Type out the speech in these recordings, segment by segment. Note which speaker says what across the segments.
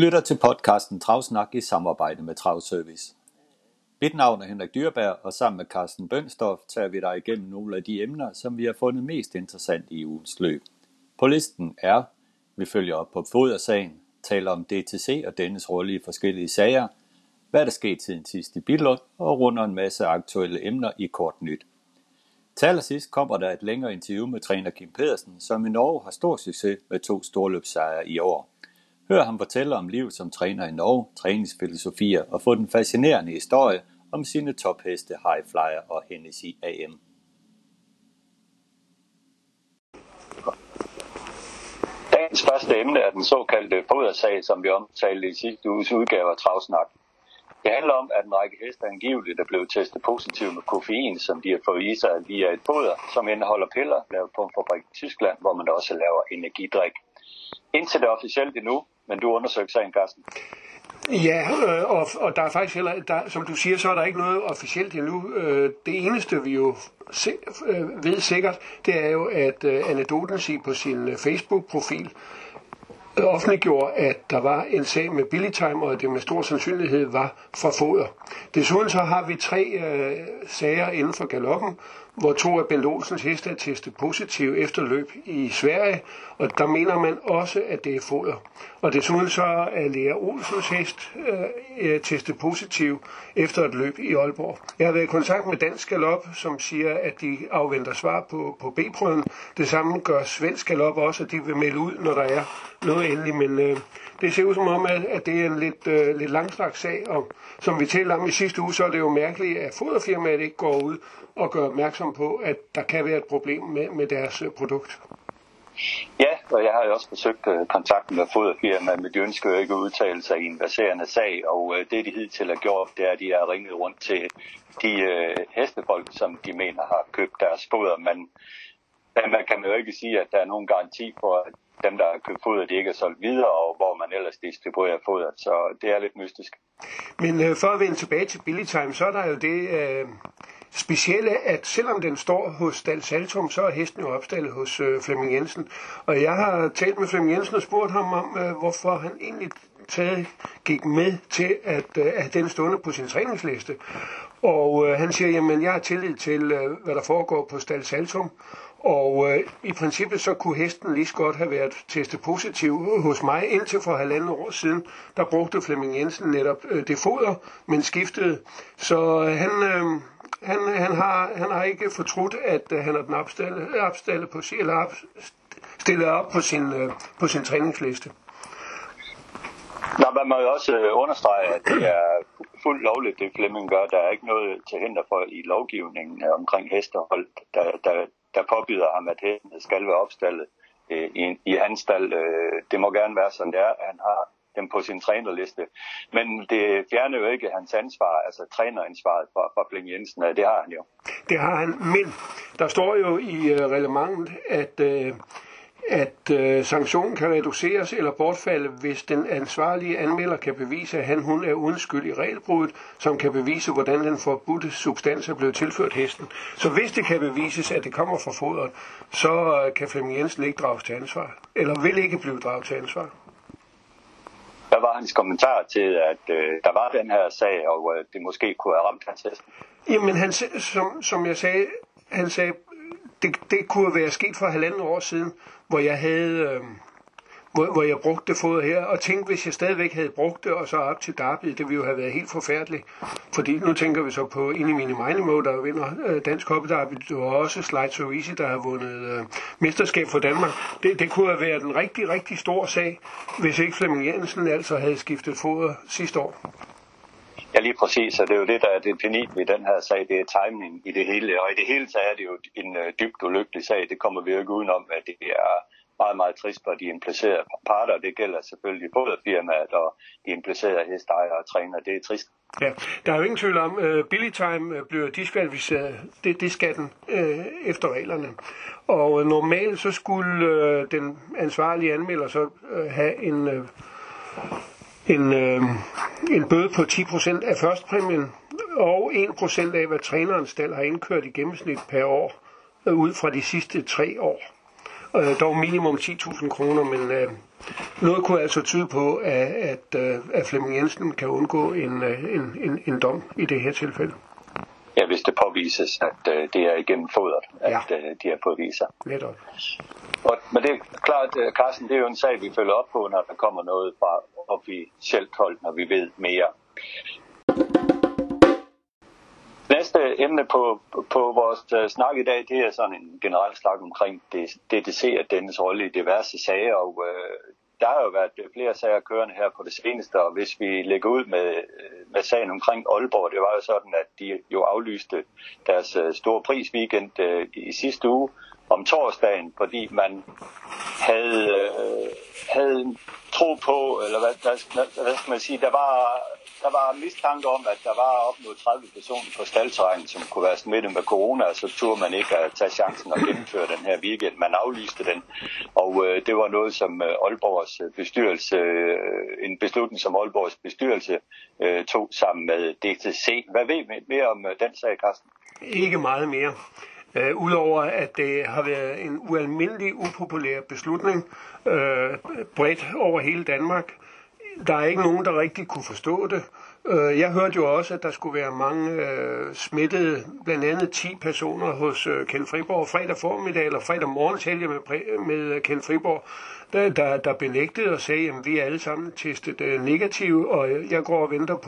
Speaker 1: lytter til podcasten Travsnak i samarbejde med Travservice. Mit navn er Henrik Dyrberg, og sammen med Carsten Bønstorff tager vi dig igennem nogle af de emner, som vi har fundet mest interessant i ugens løb. På listen er, vi følger op på fodersagen, taler om DTC og dennes rolle i forskellige sager, hvad der skete siden sidst i Billund, og runder en masse aktuelle emner i kort nyt. Til allersidst kommer der et længere interview med træner Kim Pedersen, som i Norge har stor succes med 2 storløbssejre i år. Hør ham fortælle om livet som træner i Norge, træningsfilosofier og få den fascinerende historie om sine topheste High Flyer og Hennessy AM.
Speaker 2: Dagens første emne er den såkaldte fodersag, som vi omtalte i sidste uges udgave af Travsnak. Det handler om, at en række heste angiveligt er blevet testet positivt med koffein, som de har fået i sig via et foder, som indeholder piller, lavet på en fabrik i Tyskland, hvor man også laver energidrik. Indtil det er officielt endnu, men du undersøgte sagen, Carsten.
Speaker 3: Ja, og der er faktisk heller, som du siger, så er der ikke noget officielt endnu. Det eneste, vi jo ved sikkert, det er jo, at anekdoten på sin Facebook-profil offentliggjorde, at der var en sag med Billy Time, og at det med stor sandsynlighed var fra foder. Desuden så har vi 3 sager inden for galoppen, hvor 2 af Bent Olsens heste er testet positive efter løb i Sverige, og der mener man også, at det er foder. Og desuden så er Lea Olsens hest testet positiv efter et løb i Aalborg. Jeg har været i kontakt med Dansk Galop, som siger, at de afventer svar på B-prøven. Det samme gør Svensk Galop også, at de vil melde ud, når der er noget endelig, men det ser ud som om, at det er en lidt langstrakt sag, og som vi talte om i sidste uge, så er det jo mærkeligt, at foderfirmaet ikke går ud og gør opmærksom på, at der kan være et problem med deres produkt.
Speaker 2: Ja, og jeg har jo også forsøgt kontakten med foderfirmaet, men de ønsker jo ikke at udtale sig i en verserende sag, og det de hidtil har gjort, det er, at de har ringet rundt til de hestefolk, som de mener har købt deres foder, men man kan jo ikke sige, at der er nogen garanti for, at dem, der har købt foder, de ikke er solgt videre, og hvor man ellers distribuerer foder, så det er lidt mystisk.
Speaker 3: Men for at vende tilbage til Billy Time, så er der jo det specielle, at selvom den står hos Stald Saltum, så er hesten jo opstallet hos Flemming Jensen. Og jeg har talt med Flemming Jensen og spurgt ham om, hvorfor han egentlig gik med til at have den stående på sin træningsliste. Og han siger, jamen jeg har tillid til, hvad der foregår på Stald Saltum. Og i princippet så kunne hesten lige så godt have været testet positiv hos mig indtil for 1,5 år siden. Der brugte Flemming Jensen netop det foder, men skiftede. Så han har ikke fortrudt, at han har den stillet op på sin træningsliste.
Speaker 2: Nå, man må jo også understrege, at det er fuldt lovligt, det Flemming gør. Der er ikke noget til hinder for i lovgivningen omkring hestehold, der påbyder ham, at hesten skal være opstallet i hans stald. Det må gerne være sådan, det er. Han har dem på sin trænerliste. Men det fjerner jo ikke hans ansvar, altså træneransvaret fra Flemming Jensen. Det har han jo.
Speaker 3: Det har han, men der står jo i reglementet, at sanktionen kan reduceres eller bortfalde, hvis den ansvarlige anmelder kan bevise, at hun er uden skyld i regelbruddet, som kan bevise, hvordan den forbudte substans er blevet tilført hesten. Så hvis det kan bevises, at det kommer fra fodret, så kan Flemming Jensen ikke drages til ansvar, eller vil ikke blive draget til ansvar.
Speaker 2: Hvad var hans kommentar til, at der var den her sag, og det måske kunne have ramt hans hesten?
Speaker 3: Jamen, som jeg sagde, han sagde, det kunne være sket for 1,5 år siden, hvor jeg brugte det foder her, og tænkte, hvis jeg stadigvæk havde brugt det, og så op til Derby, det ville jo have været helt forfærdeligt. Fordi nu tænker vi så på Inimini Minimo, der vinder Dansk Hoppederby, og også Slide So Easy, der har vundet mesterskab for Danmark. Det kunne have været en rigtig, rigtig stor sag, hvis ikke Flemming Jensen altså havde skiftet foder sidste år.
Speaker 2: Ja, lige præcis, og det er jo det, der er det penibelt ved den her sag, det er timing i det hele, og i det hele taget er det jo en dybt ulykkelig sag, det kommer vi jo ikke udenom, at det er meget, meget trist for de implicerede parter, det gælder selvfølgelig både firmaet og de implicerede hestejere og træner, det er trist.
Speaker 3: Ja, der er jo ingen tvivl om, Billy Time bliver diskvalificeret, det skal den efter reglerne, og normalt så skulle den ansvarlige anmelder så have en bøde på 10% af førstpræmien og 1% af, hvad træneren stald har indkørt i gennemsnit per år ud fra de sidste 3 år. Dog minimum 10.000 kroner, men Noget kunne altså tyde på, at Flemming Jensen kan undgå en dom i det her tilfælde.
Speaker 2: Ja, hvis det påvises, at det er igennem fodret, at de har påvist sig.
Speaker 3: Netop.
Speaker 2: Men det er klart, Carsten, det er jo en sag, vi følger op på, når der kommer noget fra officielt hold, når vi ved mere. Næste emne på vores snak i dag, det er sådan en generel snak omkring DTC og dennes rolle i diverse sager, og der har jo været flere sager kørende her på det seneste, og hvis vi lægger ud med sagen omkring Aalborg, det var jo sådan, at de jo aflyste deres store prisweekend i sidste uge om torsdagen, fordi man havde en tro på, eller hvad skal man sige, der var mistanke om, at der var op mod 30 personer på staldterrænet, som kunne være smittet med corona, og så turde man ikke at tage chancen og gennemføre den her weekend. Man aflyste den, og det var noget, som Aalborgs bestyrelse, en beslutning, som Aalborgs bestyrelse tog sammen med DTC. Hvad ved vi mere om den sag, Carsten?
Speaker 3: Ikke meget mere. Udover at det har været en ualmindelig upopulær beslutning bredt over hele Danmark. Der er ikke nogen, der rigtig kunne forstå det. Jeg hørte jo også, at der skulle være mange smittede, blandt andet 10 personer hos Ken Friborg. Fredag formiddag eller fredag morgen talte jeg med Ken Friborg, der benægtede og sagde, at vi er alle sammen testet negative, og jeg går og venter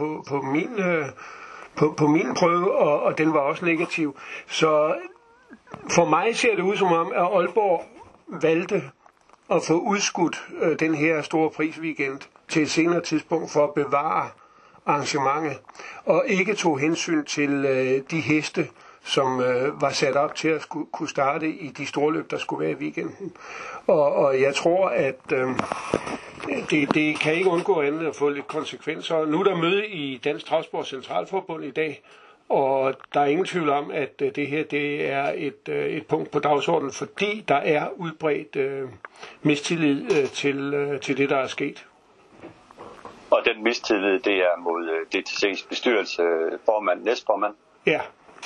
Speaker 3: på min prøve, og den var også negativ. Så for mig ser det ud som om, at Aalborg valgte at få udskudt den her store prisweekend til et senere tidspunkt for at bevare arrangementet, og ikke tog hensyn til de heste, som var sat op til at kunne starte i de store løb, der skulle være i weekenden. Og jeg tror, at det kan ikke undgå andet at få lidt konsekvenser. Nu er der møde i Dansk Travsport Centralforbund i dag, og der er ingen tvivl om, at det her det er et punkt på dagsordenen, fordi der er udbredt mistillid til det, der er sket.
Speaker 2: Og den mistillid, det er mod DTC's bestyrelse, formand, næstformand?
Speaker 3: Ja.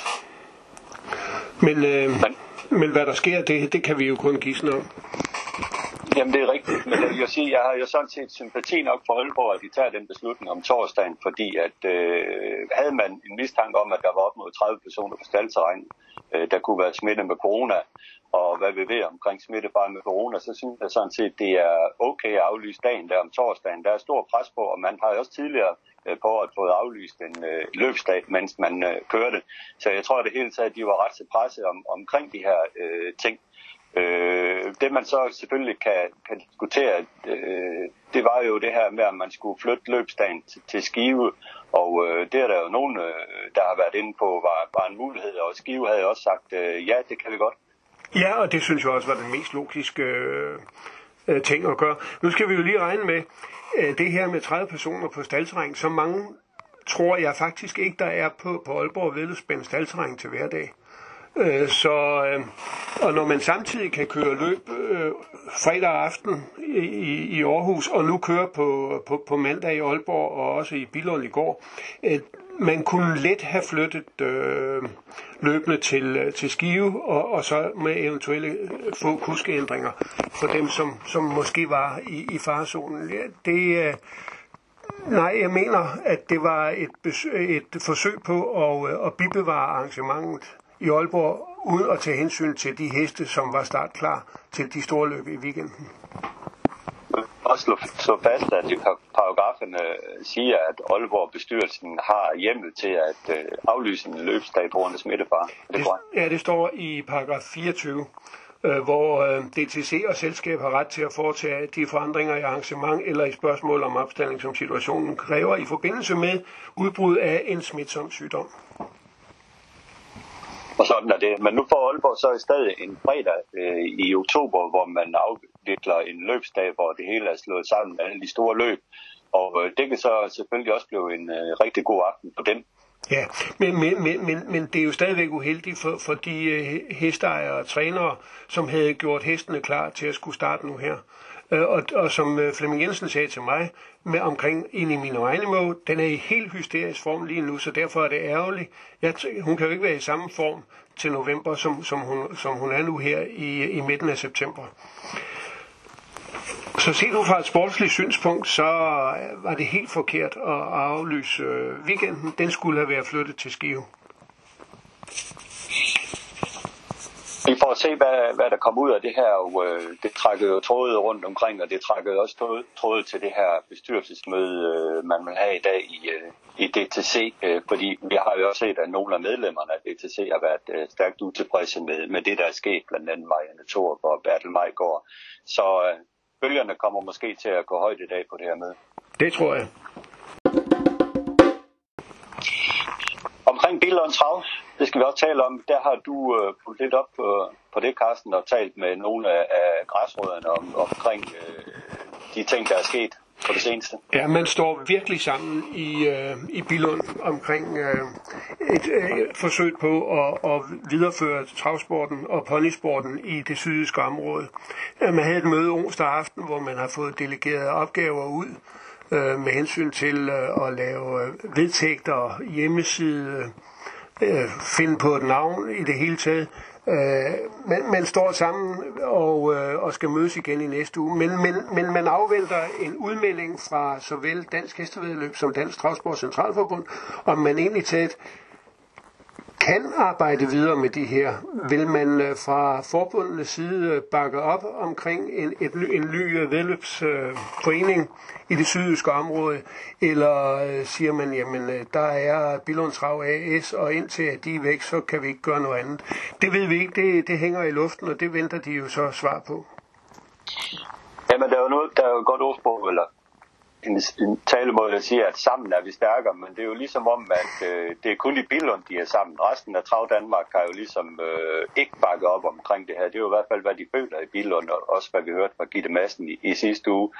Speaker 3: Men hvad der sker, det kan vi jo kun gisne om.
Speaker 2: Jamen det er rigtigt, men jeg vil sige, jeg har jo sådan set sympati nok for Aalborg, at de tager den beslutning om torsdagen, fordi at havde man en mistanke om, at der var op mod 30 personer på staldterrænet, der kunne være smittet med corona, og hvad vi ved omkring smittefare med corona, så synes jeg sådan set, det er okay at aflyse dagen der om torsdagen. Der er stor pres på, og man har jo også tidligere på at fået aflyst en løbsdag, mens man kørte. Så jeg tror, at det hele taget, de var ret så presset omkring de her ting. Det man så selvfølgelig kan diskutere, det var jo det her med, at man skulle flytte løbsdagen til Skive, og det er der jo nogen, der har været inde på, var en mulighed, og Skive havde også sagt, ja, det kan vi godt.
Speaker 3: Ja, og det synes jeg også var den mest logiske ting at gøre. Nu skal vi jo lige regne med det her med 30 personer på staldterræn, så mange tror jeg faktisk ikke, der er på Aalborg Væddeløbsbane staldterræn til hverdag. Og når man samtidig kan køre løb fredag aften i Aarhus, og nu køre på mandag i Aalborg og også i Billund i går, man kunne let have flyttet løbende til Skive, og så med eventuelle få kuskeændringer for dem, som måske var i farezonen. Nej, jeg mener, at det var et forsøg på at bibevare arrangementet i Aalborg, uden at tage hensyn til de heste, som var startklar til de store løb i weekenden.
Speaker 2: Også slå fast, at paragraferne siger, at Aalborg-bestyrelsen har hjemmel til at aflyse en løbsdag på grund af smittefare.
Speaker 3: Ja, det står i paragraf 24, hvor DTC og selskab har ret til at foretage de forandringer i arrangement eller i spørgsmål om opstilling, som situationen kræver i forbindelse med udbrud af en smitsom sygdom.
Speaker 2: Og sådan er det. Men nu får Aalborg så i stedet en fredag i oktober, hvor man afvikler en løbsdag, hvor det hele er slået sammen med alle de store løb. Og det kan så selvfølgelig også blive en rigtig god aften for dem.
Speaker 3: Ja, men det er jo stadigvæk uheldigt for de hesteejere og trænere, som havde gjort hestene klar til at skulle starte nu her. Og som Flemming Jensen sagde til mig, med omkring en i min regnemode, den er i helt hysterisk form lige nu, så derfor er det ærgerligt. Hun kan jo ikke være i samme form til november, som hun er nu her i midten af september. Så set ud fra et sportsligt synspunkt, så var det helt forkert at aflyse weekenden. Den skulle have været flyttet til Skive.
Speaker 2: Vi får se, hvad der kommer ud af det her, og det trækker jo tråde rundt omkring, og det trækker jo også tråde til det her bestyrelsesmøde, man vil have i dag i DTC, fordi vi har jo også set, at nogle af medlemmerne af DTC har været stærkt utilfredse med det, der er sket, blandt andet Marianne Thorup og Bertel Meigård. Så bølgerne kommer måske til at gå højt i dag på det her møde.
Speaker 3: Det tror jeg.
Speaker 2: Omkring Billund Trav, det skal vi også tale om. Der har du fulgt lidt op på det, Carsten, og talt med nogle af græsrødderne omkring de ting, der er sket på det seneste.
Speaker 3: Ja, man står virkelig sammen i Billund omkring et forsøg på at videreføre travsporten og ponysporten i det sydjyske område. Man havde et møde onsdag aften, hvor man har fået delegeret opgaver ud med hensyn til at lave vedtægter, hjemmeside, finde på et navn i det hele taget. Man står sammen og skal mødes igen i næste uge, men man afventer en udmelding fra såvel Dansk Hestevæddeløb som Dansk Travsport Centralforbund, om man egentlig taget kan arbejde videre med de her. Vil man fra forbundenes side bakke op omkring en ny væddeløbsforening i det sydjyske område, eller siger man, jamen der er Billund Trav AS, og indtil at de er væk, så kan vi ikke gøre noget andet. Det ved vi ikke, det hænger i luften, og det venter de jo så svar på.
Speaker 2: Jamen der er jo et godt ordsprog, eller en talemåde, der siger, at sammen er vi stærkere, men det er jo ligesom om, at det er kun i Billund, de er sammen. Resten af Trav Danmark har jo ligesom ikke bakket op omkring det her. Det er jo i hvert fald, hvad de føler i Billund, og også hvad vi hørte fra Gitte Madsen i sidste uge.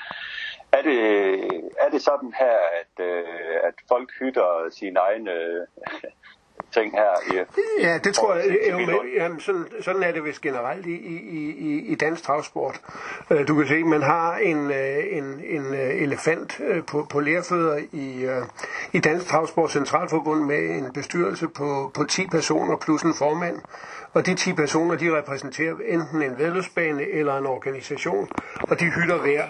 Speaker 2: Er det sådan her, at folk hytter sine egne ting her?
Speaker 3: Ja, det tror jeg. Jamen, sådan er det vist generelt i dansk travsport. Du kan se, man har en elefant på lærfødder i Dansk Travsport Centralforbund med en bestyrelse på 10 personer plus en formand. Og de 10 personer, de repræsenterer enten en væddeløbsbane eller en organisation, og de hytter hver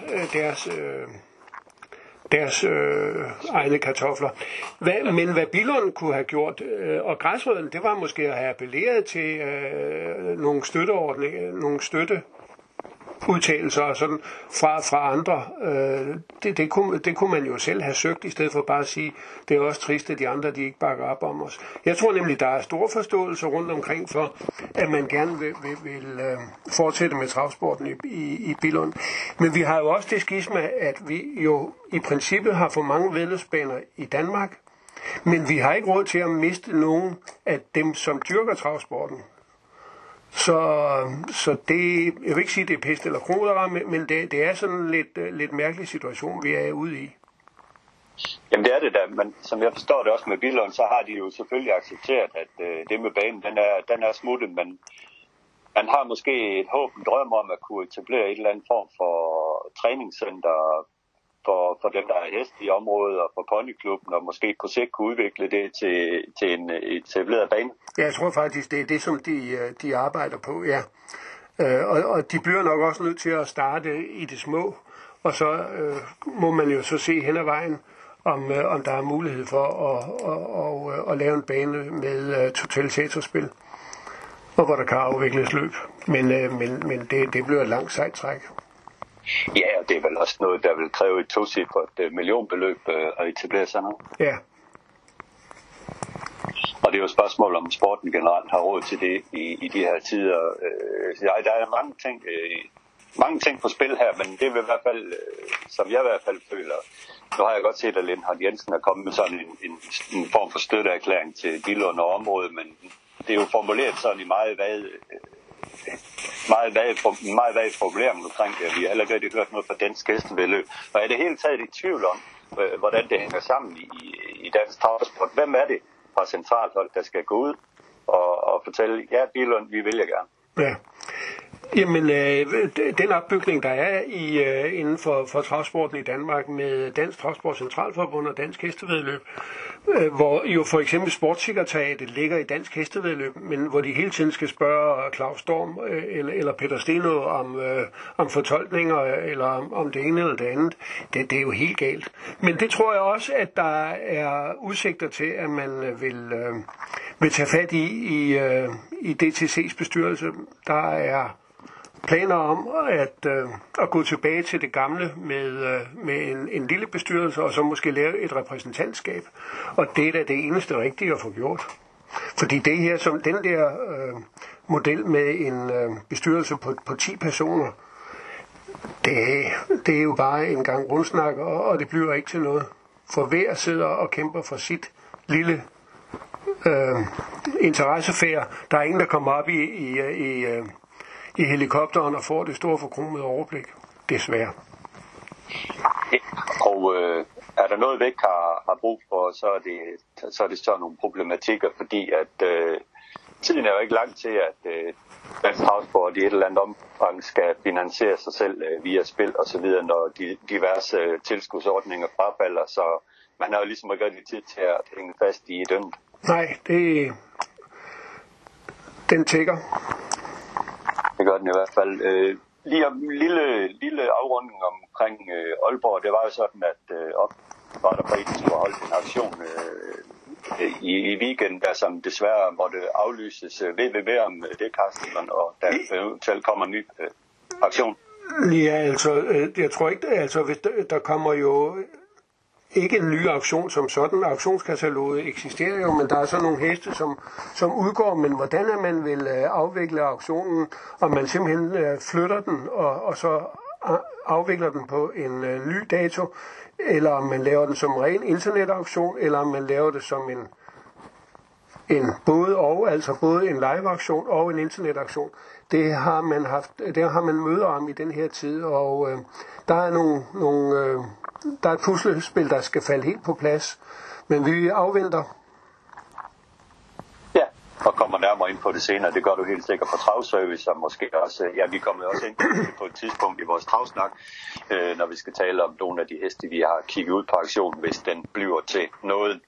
Speaker 3: deres egne kartofler. Men hvad Billund kunne have gjort, og græsrødderne, det var måske at have appelleret til nogle støtteordninger, nogle støtteudtalelser og sådan fra andre. Det kunne man jo selv have søgt, i stedet for bare at sige, det er også trist, at de andre de ikke bakker op om os. Jeg tror nemlig, der er stor forståelse rundt omkring for, at man gerne vil fortsætte med travsporten i Billund. Men vi har jo også det skisma, at vi jo i princippet har for mange væddeløbsbaner i Danmark, men vi har ikke råd til at miste nogen af dem, som dyrker travsporten. Så det, jeg vil ikke sige, det er pest eller kolera, men det er sådan en lidt mærkelig situation, vi er ude i.
Speaker 2: Jamen det er det da, men som jeg forstår det også med Billund, så har de jo selvfølgelig accepteret, at det med banen, den er smuttet, men man har måske et håb, en drøm om at kunne etablere et eller andet form for træningscenter for dem, der er hest i området, og for ponyklubben, og måske på sigt kunne udvikle det til en etableret bane.
Speaker 3: Ja, jeg tror faktisk, det er det, som de arbejder på, ja. Og de bliver nok også nødt til at starte i det små, og så må man jo så se hen ad vejen, om der er mulighed for at lave en bane med totalisatorspil, og hvor der kan afvikles løb. Men det bliver et langt sejt træk.
Speaker 2: Ja, og det er vel også noget, der vil kræve et tocifret millionbeløb at etablere sådan noget.
Speaker 3: Ja.
Speaker 2: Og det er jo et spørgsmål, om sporten generelt har råd til det i de her tider. Der er mange ting på spil her, men det er i hvert fald, som jeg i hvert fald føler. Nu har jeg godt set, at Lindhardt Jensen er kommet med sådan en form for støtteerklæring til Billund og området, men det er jo formuleret sådan i meget vage formuleringer omkring det. Vi har heller ikke hørt noget fra Dansk Hestevæddeløb. Og er det hele taget i tvivl om, hvordan det hænger sammen i dansk travsport? Hvem er det fra centralhold, der skal gå ud og fortælle, ja, Billund, vi vil jeg gerne?
Speaker 3: Ja. Jamen, den opbygning, der er inden for travsporten i Danmark med Dansk Travsport Centralforbund og Dansk Hestevæddeløb, hvor jo for eksempel Sportssekretariatet ligger i Dansk Hestevæddeløb, men hvor de hele tiden skal spørge Claus Storm eller Peter Steno om fortolkninger, eller om det ene eller det andet. Det er jo helt galt. Men det tror jeg også, at der er udsigter til, at man vil tage fat i DTC's bestyrelse. Der er planer om at gå tilbage til det gamle med en lille bestyrelse, og så måske lave et repræsentantskab. Og det er da det eneste rigtige at få gjort. Fordi det her, som den der model med en bestyrelse på 10 personer, det er jo bare en gang rundsnak, og det bliver ikke til noget. For hver sidder og kæmper for sit lille interessefærd. Der er ingen, der kommer op i helikopteren og får det store forkromede overblik. Desværre.
Speaker 2: Og er der noget væk har brug for, så er det sådan nogle problematikker, fordi at tiden er jo ikke lang til, at Dansk Travsport i et eller andet omfang skal finansiere sig selv via spil og så videre, når de diverse tilskudsordninger frafalder, så man har jo ligesom ikke rigtig tid til at hænge fast i den.
Speaker 3: Nej, den tækker.
Speaker 2: Det gør den i hvert fald. Lige om lille afrunding omkring Aalborg. Det var jo sådan, at Opdrætterforeningen skulle holde en aktion i weekenden, der som desværre måtte aflyses. Ved om det, Carsten, og der eventuelt kommer en ny aktion?
Speaker 3: Ja, altså, jeg tror ikke, altså hvis der kommer jo ikke en ny auktion som sådan. Auktionskataloget eksisterer jo, men der er så nogle heste, som udgår. Men hvordan man vil afvikle auktionen, om man simpelthen flytter den og så afvikler den på en ny dato, eller om man laver den som ren internetauktion, eller om man laver det som en både og, altså både en live-auktion og en internetauktion. Det har man møder om i den her tid, og der er der er et puslespil, der skal falde helt på plads, men vi afventer.
Speaker 2: Ja, og kommer nærmere ind på det senere. Det gør du helt sikkert på Travservice, og måske også, vi kommer også ind på et tidspunkt i vores travsnak, når vi skal tale om nogle af de heste, vi har kigget ud på aktionen, hvis den bliver til noget.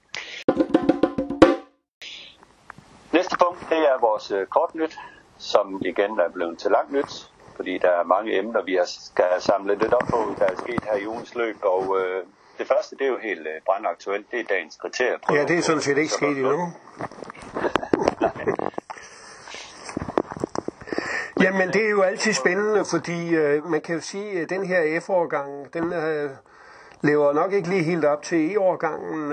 Speaker 2: Næste punkt, det er vores kortnyt, som igen er blevet til langt nyt, fordi der er mange emner, vi skal samle lidt op på, der er sket her i ugens løb, og det første, det er jo helt brandaktuelt, det er dagens kriterier.
Speaker 3: Ja, det er sådan set ikke sket endnu. Jamen, det er jo altid spændende, fordi man kan jo sige, at den her F-årgang, den lever nok ikke lige helt op til E-årgangen.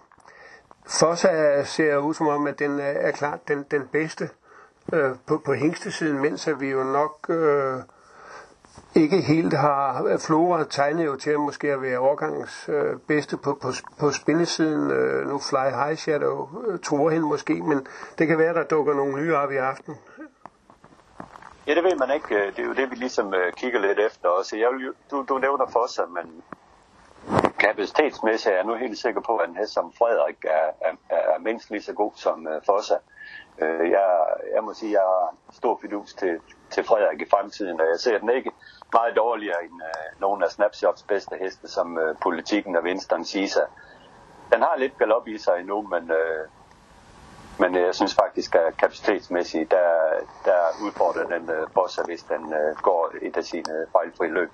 Speaker 3: Fossa ser ud som om, at den er klart den bedste på hængstesiden, mens vi jo nok ikke helt har Flora tegnet jo til at måske at være årgangens bedste på spindesiden. Nu Fly High Shadow tror hende måske, men det kan være, der dukker nogle nye op i aften.
Speaker 2: Ja, det ved man ikke. Det er jo det, vi ligesom kigger lidt efter også. Du nævner Fossa, men kapacitetsmæssigt er jeg nu helt sikker på, at en hest som Frederik er mindst lige så god som Fossa. Jeg må sige, at jeg har stor fidus til Frederik i fremtiden, og jeg ser den ikke meget dårligere end nogle af Snapshots bedste heste, som Politikken og Winston Sisa. Den har lidt galop i sig endnu, men jeg synes faktisk, at kapacitetsmæssigt, der udfordrer den Fossa, hvis den går et af sine fejlfri løb.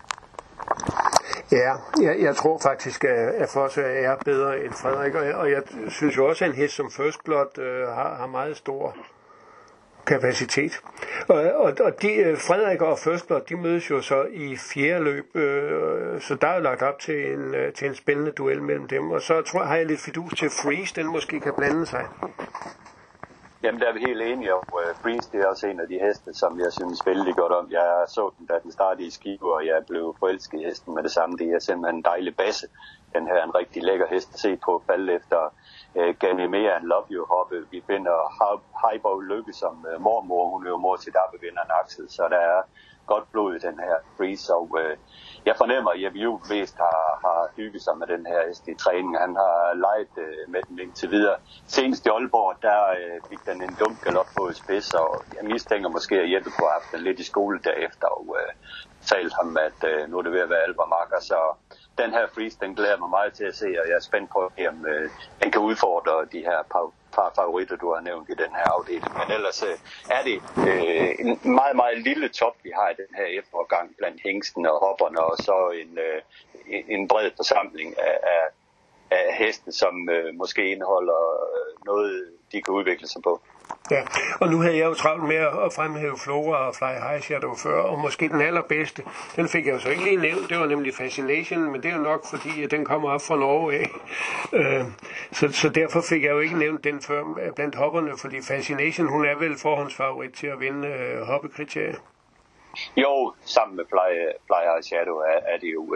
Speaker 3: Ja, jeg tror faktisk, at Fossa er bedre end Frederik, og jeg synes jo også, at en hest som First Blood har meget stor kapacitet. Og Frederik og First Blood, de mødes jo så i fjerde løb, så der er jo lagt op til en spændende duel mellem dem, og så har jeg lidt fidus til Freeze, den måske kan blande sig.
Speaker 2: Jamen, der er vi helt enige om. Freeze, det er også en af de heste, som jeg synes vældig godt om. Jeg så den, da den startede i Skive, og jeg blev forelsket i hesten med det samme. Det er simpelthen en dejlig basse. Den her er en rigtig lækker hest at se på falde efter Ganymede and Love You hoppe. Vi finder Heibo Lykke som mormor. Hun er jo mor til dappevinderen Axel, så der er godt blod i den her Freeze. Og Jeg fornemmer, at Jeppe Juhl mest har hygget sig med den her hest i træning. Han har leget med den indtil videre. Senest i Aalborg, der fik den en dum galop på i spids, og jeg mistænker måske, at Jeppe kunne have haft den lidt i skole derefter, og talt ham, at nu er det ved at være albermakker. Så den her freeze, den glæder mig meget til at se, og jeg er spændt på, om den kan udfordre de her par favoritter, du har nævnt i den her afdeling. Men ellers er det en meget, meget lille top, vi har i den her efterårgang blandt hængsten og hopperne, og så en bred forsamling af heste, som måske indeholder noget, de kan udvikle sig på.
Speaker 3: Ja, og nu havde jeg jo travlt med at fremhæve Flora og Fly High Shadow før, og måske den allerbedste, den fik jeg jo så ikke lige nævnt, det var nemlig Fascination, men det er jo nok fordi, at den kommer op fra Norge af. Så derfor fik jeg jo ikke nævnt den før blandt hopperne, fordi Fascination, hun er vel forhåndsfavorit til at vinde hoppekriterier.
Speaker 2: Jo, sammen med Fly High Shadow er det jo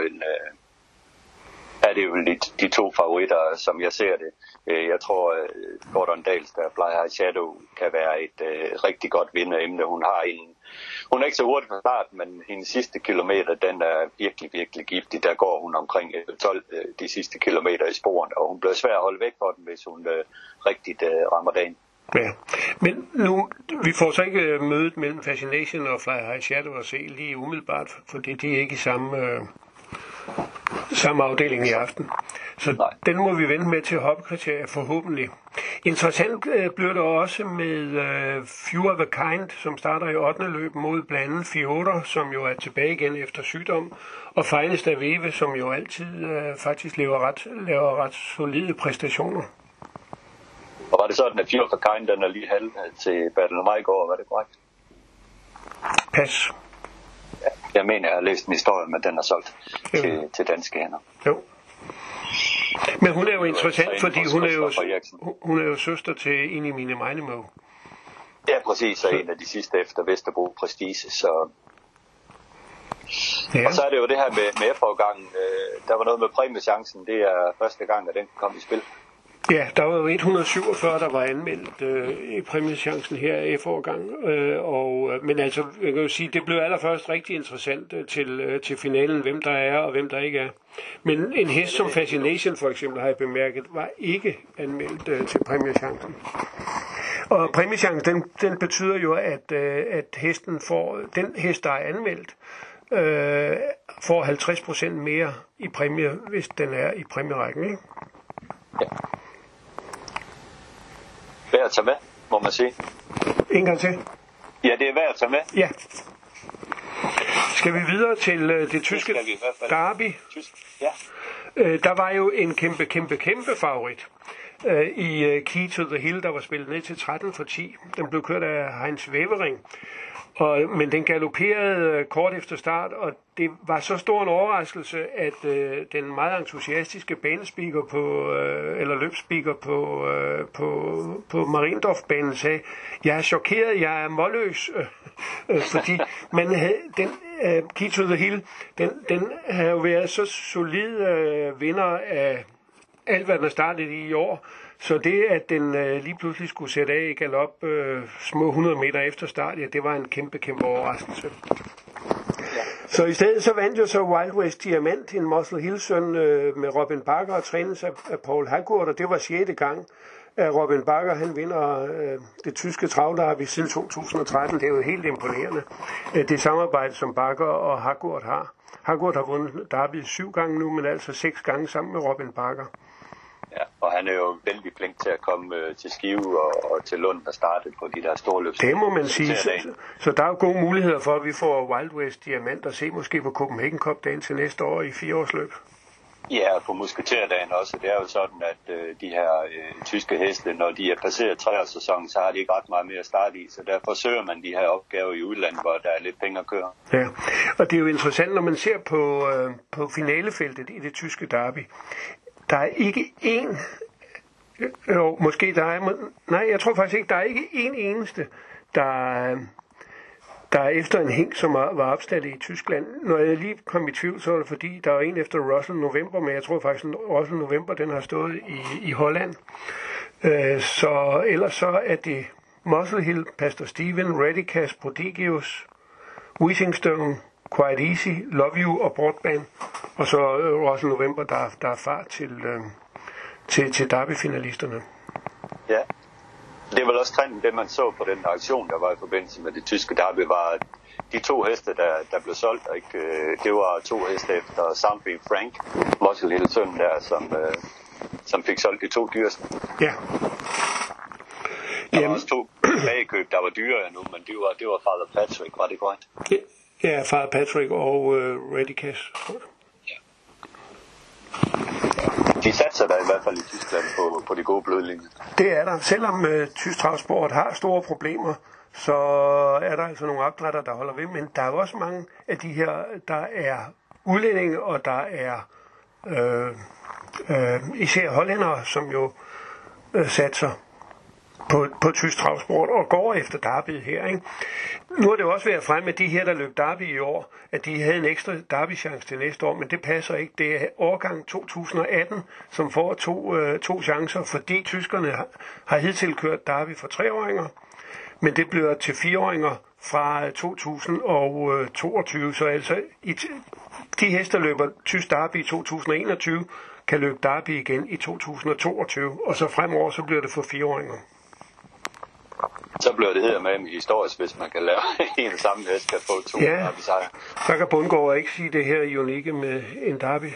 Speaker 2: de to favoritter, som jeg ser det. Jeg tror, Gordon Dahls der Fly High Shadow kan være et rigtig godt vinderemne. Hun er ikke så hurtigt fra starten, men hendes sidste kilometer, den er virkelig, virkelig giftig. Der går hun omkring 12 de sidste kilometer i sporen, og hun bliver svær at holde væk for den, hvis hun rigtigt rammer dagen.
Speaker 3: Ja, men nu, vi får så ikke mødet mellem Fascination og Fly High Shadow at se lige umiddelbart, fordi de er ikke i samme afdeling i aften. Så nej, den må vi vente med til hoppekriterier forhåbentlig. Interessant bliver det også med Few of a Kind, som starter i 8. løb mod blandt andet Fiora, som jo er tilbage igen efter sygdom, og Finest Aveve, som jo altid faktisk laver ret solide præstationer.
Speaker 2: Og var det sådan, at Few of a Kind, den er lige halv til Battle of My går, var det korrekt?
Speaker 3: Pas.
Speaker 2: Ja, jeg mener, jeg har læst en historie, men den er solgt til danske hænder.
Speaker 3: Jo. Men hun er jo interessant, fordi hun er jo søster til Inimine Minemo.
Speaker 2: Ja, præcis, og en af de sidste efter Vesterbro Prestige, så... Ja. Og så er det jo det her med efterårgangen. Der var noget med præmiechancen, det er første gang, at den kom i spil.
Speaker 3: Ja, der var jo 147, der var anmeldt i præmiechancen her i efterårgang. Men altså, jeg kan jo sige, det blev allerførst rigtig interessant til finalen, hvem der er og hvem der ikke er. Men en hest som Fascination for eksempel, har jeg bemærket, var ikke anmeldt til præmiechancen. Og præmiechancen, den betyder jo, at hesten får, den hest, der er anmeldt, får 50% mere i præmie, hvis den er i præmierækken, ikke?
Speaker 2: Ja. Værd at tage med, må man sige.
Speaker 3: En gang til.
Speaker 2: Ja, det er værd at tage med.
Speaker 3: Ja. Skal vi videre til det tyske derby?
Speaker 2: Ja.
Speaker 3: Der var jo en kæmpe favorit i Key to the Hill, der var spillet ned til 13 for 10. Den blev kørt af Heinz Wevering. Men den galopperede kort efter start, og det var så stor en overraskelse, at den meget entusiastiske banespeaker eller løbspeaker på Mariendorf-banen sagde, jeg er chokeret, jeg er målløs, fordi man havde den Key to the Hill, den havde jo været så solid vinder af alt, hvad den har startet i år. Så det, at den lige pludselig skulle sætte af i galop små 100 meter efter start, ja, det var en kæmpe overraskelse. Ja. Så i stedet så vandt jo så Wild West Diamant, en Muscle Hill-søn med Robin Bakker og trænes af Paul Hagurt, og det var 6. gang, at Robin Bakker han vinder det tyske travderby siden 2013. Det er jo helt imponerende, det samarbejde, som Bakker og Hagurt har. Hagurt har vundet derby 7 gange nu, men altså 6 gange sammen med Robin Bakker.
Speaker 2: Ja, og han er jo vældig flink til at komme til Skive og til Lund og starte på de der store løb.
Speaker 3: Det må man sige. Så der er jo gode muligheder for, at vi får Wild West Diamant og se måske på Copenhagen Cup-dagen til næste år i 4-årsløb.
Speaker 2: Ja, og på Musketerdagen også. Det er jo sådan, at de her tyske heste, når de er passeret 3-årssæsonen, så har de ikke ret meget mere at starte i. Så derfor søger man de her opgaver i udlandet, hvor der er lidt penge at køre. Ja,
Speaker 3: og det er jo interessant, når man ser på finalefeltet i det tyske derby. Der er ikke én, måske der er, nej, jeg tror faktisk ikke, der er ikke én eneste, der er efter en hink, som var opstillet i Tyskland. Når jeg lige kom i tvivl, så var det fordi, der er en efter Russell November, men jeg tror faktisk, at Russell November, den har stået i Holland. Så ellers så er det Muscle Hill, Pastor Steven, Redicas, Prodigious, Wishingstone, Quite Easy, Love You og Broadband. Og så Russell November, der er fart til Derby-finalisterne.
Speaker 2: Ja, det er vel også trenden, det man så på den aktion, der var i forbindelse med det tyske derby, var at de 2 heste, der blev solgt, ikke? Det var 2 heste efter Soundbeat Frank, Muscle Hill sønnen der, som fik solgt de 2 dyreste.
Speaker 3: Ja.
Speaker 2: Der var også 2 bagkøb, der var dyrere nu, men det var Father Patrick, var det korrekt?
Speaker 3: Ja, Father Patrick og Ready Cash.
Speaker 2: De satser der i hvert fald i Tyskland på de gode blodlinjer.
Speaker 3: Det er der. Selvom tysk travsport har store problemer, så er der altså nogle opdrætter, der holder ved. Men der er også mange af de her, der er udlændinge, og der er især hollændere, som jo satser på tysk travsport og går efter derbyet her. Ikke? Nu har det også været frem med de her, der løb derby i år, at de havde en ekstra derby-chance til næste år, men det passer ikke. Det er årgang 2018, som får to chancer, fordi tyskerne har hidtil kørt derby for 3-åringer, men det bliver til 4-åringer fra 2022. Så altså de heste, der løber tysk derby i 2021, kan løbe derby igen i 2022, og så fremover så bliver det for 4-åringer.
Speaker 2: Så bliver det her med historisk, hvis man kan lave en samme hest, kan få 2 derby-sejre.
Speaker 3: Så kan Bundgaard ikke sige det her unikke med en derby.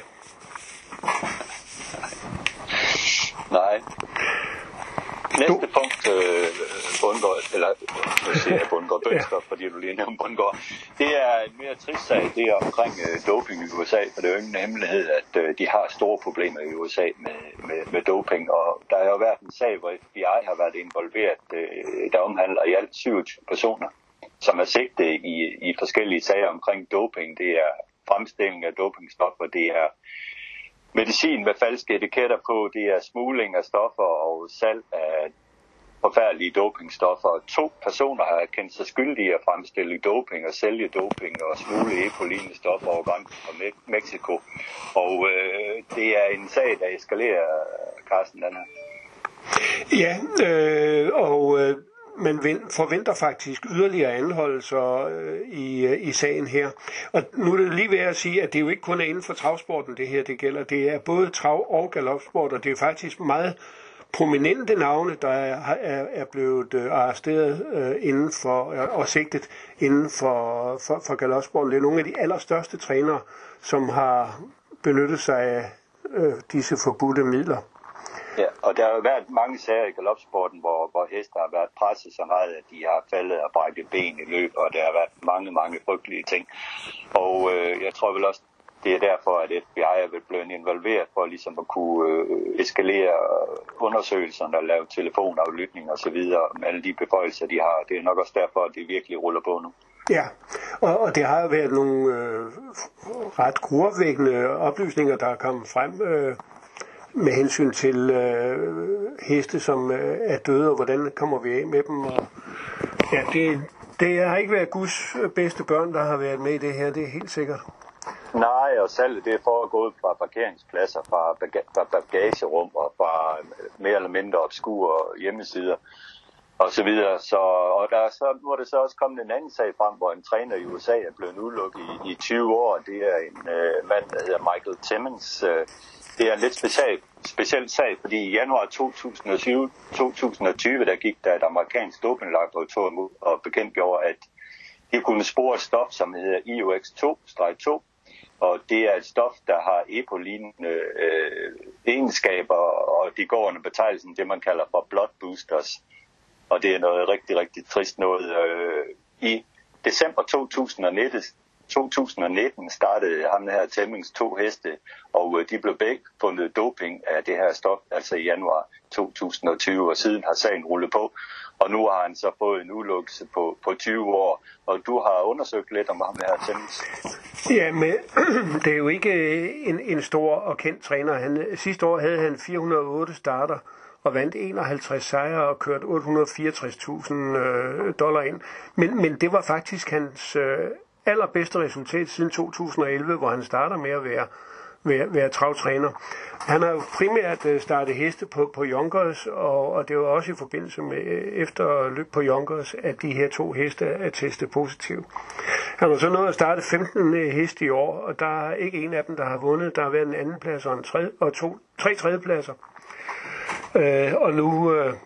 Speaker 2: Nej. Næste punkt, Bundgaard, eller nu siger jeg Bundgaard Bønsker, fordi du lige nævnte Bundgaard, det er en mere trist sag, det er omkring doping i USA, for det er jo ingen hemmelighed, at de har store problemer i USA med doping, og der har jo været en sag, hvor FBI har været involveret, der omhandler i alt 27 personer, som er sigtet i forskellige sager omkring doping. Det er fremstilling af dopingstoffer, det er medicin med falske etiketter på, det er smugling af stoffer og salg af forfærdelige dopingstoffer. 2 personer har kendt sig skyldige at fremstille doping og sælge doping og smugle E-coli-lignende stoffer over grænsen fra Mexico. Og det er en sag, der eskalerer, Carsten, den her.
Speaker 3: Ja, man forventer faktisk yderligere anholdelser i sagen her. Og nu er det lige ved at sige, at det jo ikke kun er inden for travsporten, det her det gælder. Det er både trav- og galopsport, og det er faktisk meget prominente navne, der er blevet arresteret inden for, og sigtet inden for galopsporten. Det er nogle af de allerstørste trænere, som har benyttet sig af disse forbudte midler.
Speaker 2: Ja, og der har jo været mange sager i galopsporten, hvor hester har været presset så meget, at de har faldet og brækket ben i løb, og der har været mange frygtelige ting. Og jeg tror vel også, det er derfor, at FBI er blevet involveret for ligesom at kunne eskalere undersøgelserne og lave telefonaflytning og så videre med alle de beføjelser, de har. Det er nok også derfor, at det virkelig ruller på nu.
Speaker 3: Ja, og det har jo været nogle ret gruopvækkende oplysninger, der er kommet frem med hensyn til heste, som er døde, og hvordan kommer vi af med dem. Og, ja, det har ikke været Guds bedste børn, der har været med i det her, det er helt sikkert.
Speaker 2: Nej, og salget det er foregået fra parkeringspladser, fra bagagerum og fra mere eller mindre obskure hjemmesider og så videre. Og nu er der så også kommet en anden sag frem, hvor en træner i USA er blevet udelukket i 20 år. Det er en mand, der hedder Michael Timmons. Det er en lidt speciel sag, fordi i januar 2020, der gik der et amerikansk dopinglaboratorium ud og bekendtgjorde, at de kunne spore et stof, som hedder IOX-2-2, og det er et stof, der har EPO-lignende egenskaber, og de går under betegnelsen det, man kalder for blood boosters. Og det er noget rigtig trist noget. I december 2019 startede ham her Temmings 2 heste, og de blev begge fundet doping af det her stof, altså i januar 2020, og siden har sagen rullet på. Og nu har han så fået en udelukkelse på 20 år, og du har undersøgt lidt om ham her Temmings.
Speaker 3: Ja, men det er jo ikke en stor og kendt træner. Sidste år havde han 408 starter og vandt 51 sejre og kørt $864,000 ind. Men det var faktisk hans allerbedste resultat siden 2011, hvor han starter med at være travtræner. Han har jo primært startet heste på Yonkers, og det var også i forbindelse med efterløb på Yonkers, at de her 2 heste er testet positiv. Han har så nået at starte 15 heste i år, og der er ikke en af dem, der har vundet. Der har været en anden plads og tre tredjepladser. Og nu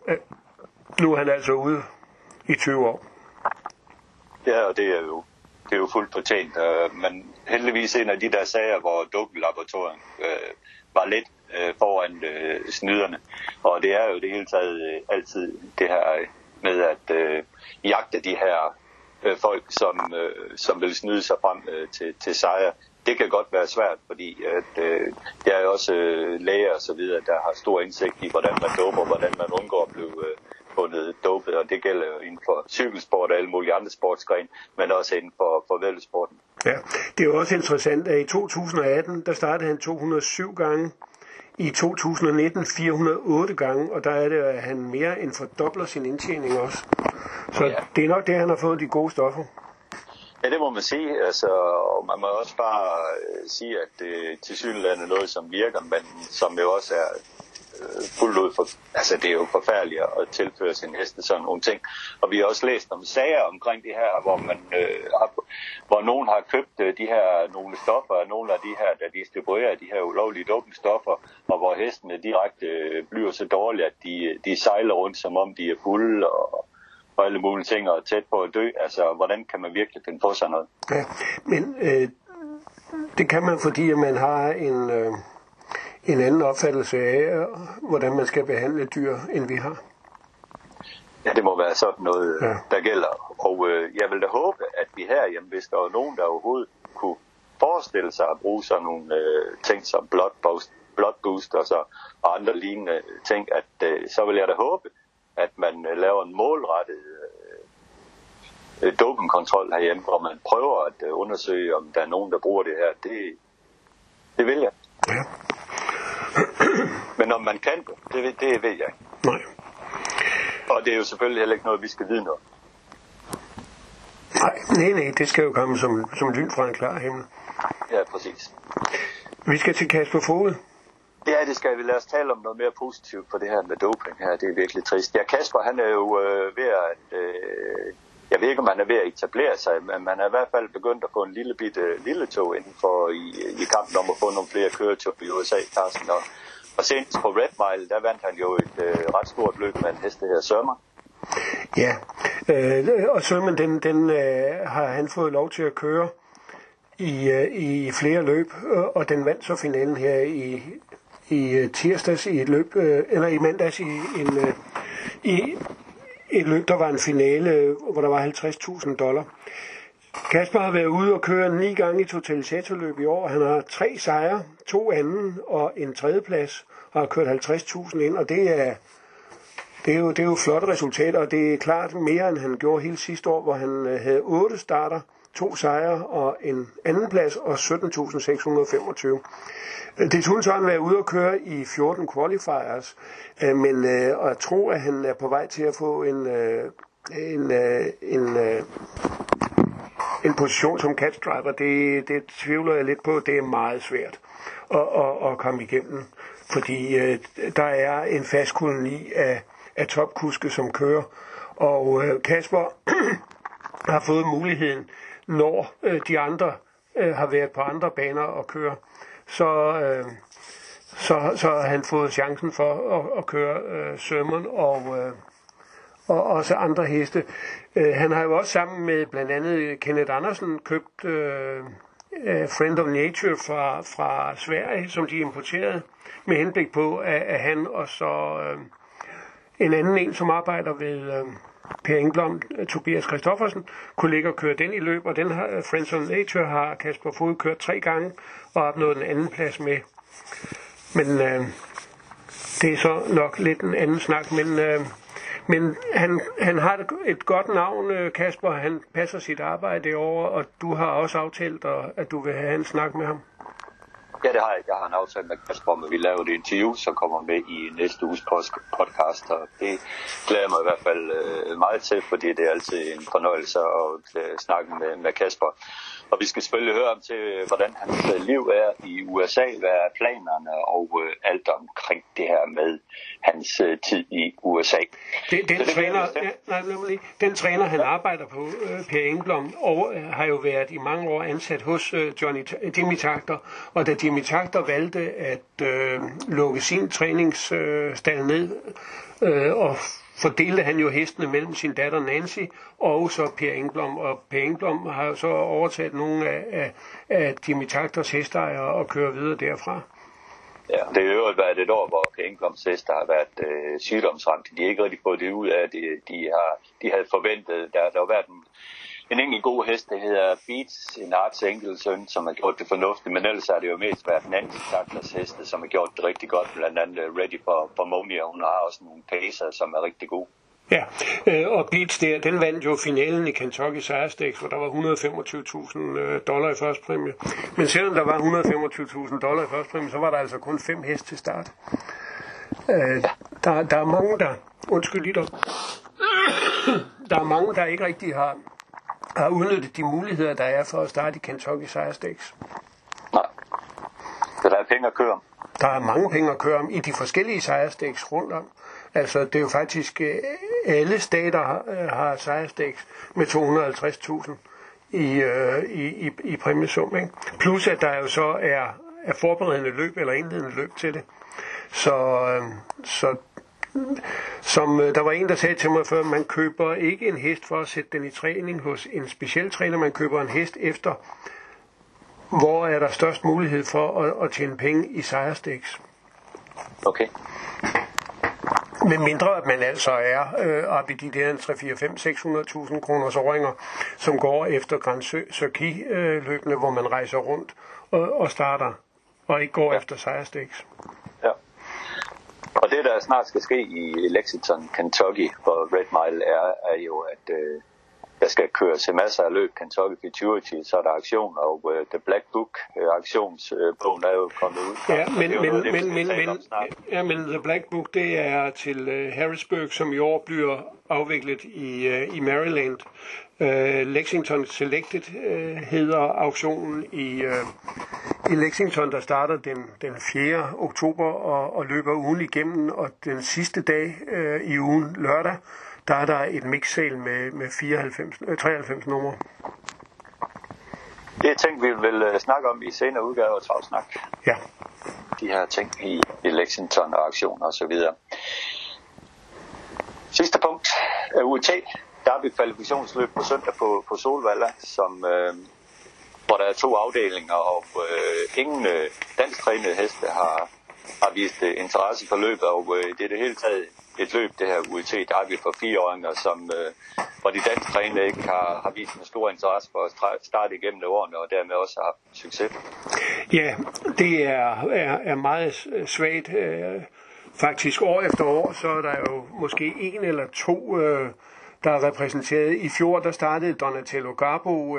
Speaker 3: er han altså ude i 20 år.
Speaker 2: Ja, og det er jo fuldt fortjent. Men heldigvis en af de der sager, hvor dopinglaboratoriet var lidt foran snyderne. Og det er jo det hele taget altid det her med at jagte de her folk, som vil snyde sig frem til sejre. Det kan godt være svært, fordi der er også læger og så videre, der har stor indsigt i, hvordan man doper, hvordan man undgår at blive fundet dopet, og det gælder jo inden for cykelsport og alle mulige andre sportsgrene, men også inden for væddeløbssporten.
Speaker 3: Ja, det er jo også interessant, at i 2018, der startede han 207 gange, i 2019 408 gange, og der er det, at han mere end fordobler sin indtjening også. Så ja. Det er nok det, han har fået de gode stoffer.
Speaker 2: Ja, det må man sige. Altså, og man må også bare sige, at det tilsyneladende er noget, som virker, men som jo også er fuldt ud for... Altså, det er jo forfærdeligt at tilføre sin heste sådan nogle ting. Og vi har også læst om sager omkring det her, hvor nogen har købt de her nogle stoffer, og nogle af de her, der distribuerer de her ulovlige dopingstoffer, og hvor hestene direkte bliver så dårlige, at de sejler rundt, som om de er fulde og alle mulige ting og tæt på at dø. Altså, hvordan kan man virkelig finde på sådan noget?
Speaker 3: Ja, men det kan man, fordi at man har en anden opfattelse af, hvordan man skal behandle dyr, end vi har.
Speaker 2: Ja, det må være sådan noget, der gælder. Og jeg vil da håbe, at vi herhjemme, hvis der var nogen, der overhovedet kunne forestille sig at bruge sådan nogle ting som blood boost og andre lignende ting, at så vil jeg da håbe, at man laver en målrettet dopingkontrol herhjemme, hvor man prøver at undersøge, om der er nogen, der bruger det her. Det vil jeg.
Speaker 3: Ja.
Speaker 2: Men om man kan det ved jeg ikke.
Speaker 3: Nej.
Speaker 2: Og det er jo selvfølgelig heller ikke noget, vi skal vide noget.
Speaker 3: Nej, det skal jo komme som lyn fra en klar himmel.
Speaker 2: Ja, præcis.
Speaker 3: Vi skal til Kasper Foged.
Speaker 2: Ja, det skal vi. Lad os tale om noget mere positivt på det her med doping her. Det er virkelig trist. Ja, Kasper, han er jo ved at... jeg ved ikke, om han er ved at etablere sig, men man er i hvert fald begyndt at få en lille tog inden for i kampen om at få nogle flere køretog i USA, Carsten. Og senest på Red Mile, der vandt han jo et ret stort løb med en hest, der hedder Sørmer.
Speaker 3: Ja, og Sørmen, den har han fået lov til at køre i flere løb, og den vandt så finalen her i tirsdags i et løb, eller i mandags i et løb, der var en finale, hvor der var $50,000. Kasper har været ude og køre 9 gange i totalisatorløb i år. Han har 3 sejre, 2 anden og en tredjeplads, og har kørt 50.000 ind, og det er jo flotte resultater, og det er klart mere, end han gjorde hele sidste år, hvor han havde 8 starter, 2 sejre og en anden plads og 17.625. Desuden så har han været ude og køre i 14 qualifiers, men at tro, at han er på vej til at få en position som catch driver, det tvivler jeg lidt på. Det er meget svært at komme igennem, fordi der er en fast koloni af topkuske, som kører, og Kasper har fået muligheden, når de andre har været på andre baner og køre, så har han fået chancen for at køre Sørmen og også andre heste. Han har jo også sammen med blandt andet Kenneth Andersen købt Friend of Nature fra Sverige, som de importerede, med henblik på, at han og så en anden som arbejder ved Per Engblom, Tobias Christoffersen, kunne ligge og køre den i løb, og den har Friends of Nature har Kasper Foged kørt 3 gange og opnået en anden plads med. Men det er så nok lidt en anden snak, men han har et godt navn, Kasper. Han passer sit arbejde over, og du har også aftalt, at du vil have en snak med ham.
Speaker 2: Ja, det har jeg. Jeg har en aftale med Kasper om, at vi laver et interview, som kommer med i næste uges podcast, og det glæder jeg mig i hvert fald meget til, fordi det er altid en fornøjelse at snakke med Kasper. Og vi skal selvfølgelig høre om til, hvordan hans liv er i USA, hvad er planerne og alt omkring det her med hans tid i USA.
Speaker 3: Den træner, han arbejder på, Per Engblom, og har jo været i mange år ansat hos Jimmy Takter. Og da Jimmy Takter valgte at lukke sin træningsstald ned, og fordelte han jo hestene mellem sin datter Nancy og så Per Engblom. Og Per Engblom har så overtaget nogle af Jimmy Takters hesteejere og kører videre derfra.
Speaker 2: Ja, det har jo været et år, hvor Per Engbloms heste har været sygdomsramt. De har ikke rigtig fået det ud af det. De havde forventet, der har været en enkelt god hest, der hedder Beats, en arts enkelsøn, som har gjort det fornuftigt, men ellers har det jo mest været Nancy Takters heste, som har gjort det rigtig godt, blandt andet Ready for Money, og hun har også nogle pacer, som er rigtig gode.
Speaker 3: Ja, og Beats der, den vandt jo finalen i Kentucky Sire Stakes, hvor der var $125,000 i første præmie. Men selvom der var $125,000 i første præmie, så var der altså kun 5 heste til start. Der er mange, der... Undskyld lige dog. Der er mange, der ikke rigtig har udnyttet de muligheder, der er for at starte i Kentucky Sire Stakes.
Speaker 2: Nej. Så der er penge at køre om.
Speaker 3: Der er mange penge at køre om i de forskellige Sire Stakes rundt om. Altså, det er jo faktisk alle stater har Sire Stakes med 250.000 i præmiesum, ikke? Plus at der jo så er forberedende løb eller indledende løb til det. Så som der var en, der sagde til mig før, man køber ikke en hest for at sætte den i træning hos en speciel træner, man køber en hest efter, hvor er der størst mulighed for at tjene penge i Sire Stakes.
Speaker 2: Okay.
Speaker 3: Med mindre at man altså er oppe i de der 3-4-5-600.000 kroners åringer, som går efter Grand Circuit løbende, hvor man rejser rundt og starter, og ikke går efter Sire Stakes.
Speaker 2: Ja. Og det, der snart skal ske i Lexington, Kentucky for Red Mile, er jo, at der skal køres masser af løb. Kentucky Futurity, så er der aktion, og The Black Book aktionsbogen er jo kommet ud.
Speaker 3: Ja, men The Black Book, det er til Harrisburg, som i år bliver afviklet i Maryland. Lexington Selected hedder auktionen i Lexington, der starter den 4. oktober og løber ugen igennem, og den sidste dag i ugen, lørdag, der er der et mixsale med 93 numre.
Speaker 2: Det er ting, vi vil snakke om i senere udgaver af Travsnak.
Speaker 3: Ja.
Speaker 2: De her ting i Lexington og aktioner osv. Sidste punkt er UET. Der er et kvalifikationsløb på søndag på Solvalla, hvor der er 2 afdelinger, og ingen dansktrænede heste har vist interesse for løbet, og det er det hele taget et løb, det her UET, der er vi for 4-åringer, hvor de dansktrænede ikke har vist en stor interesse for at starte igennem årene, og dermed også har haft succes.
Speaker 3: Ja, det er meget svagt. Faktisk år efter år, så er der jo måske 1 eller 2, der er repræsenteret. I fjor, der startede Donatello Garbo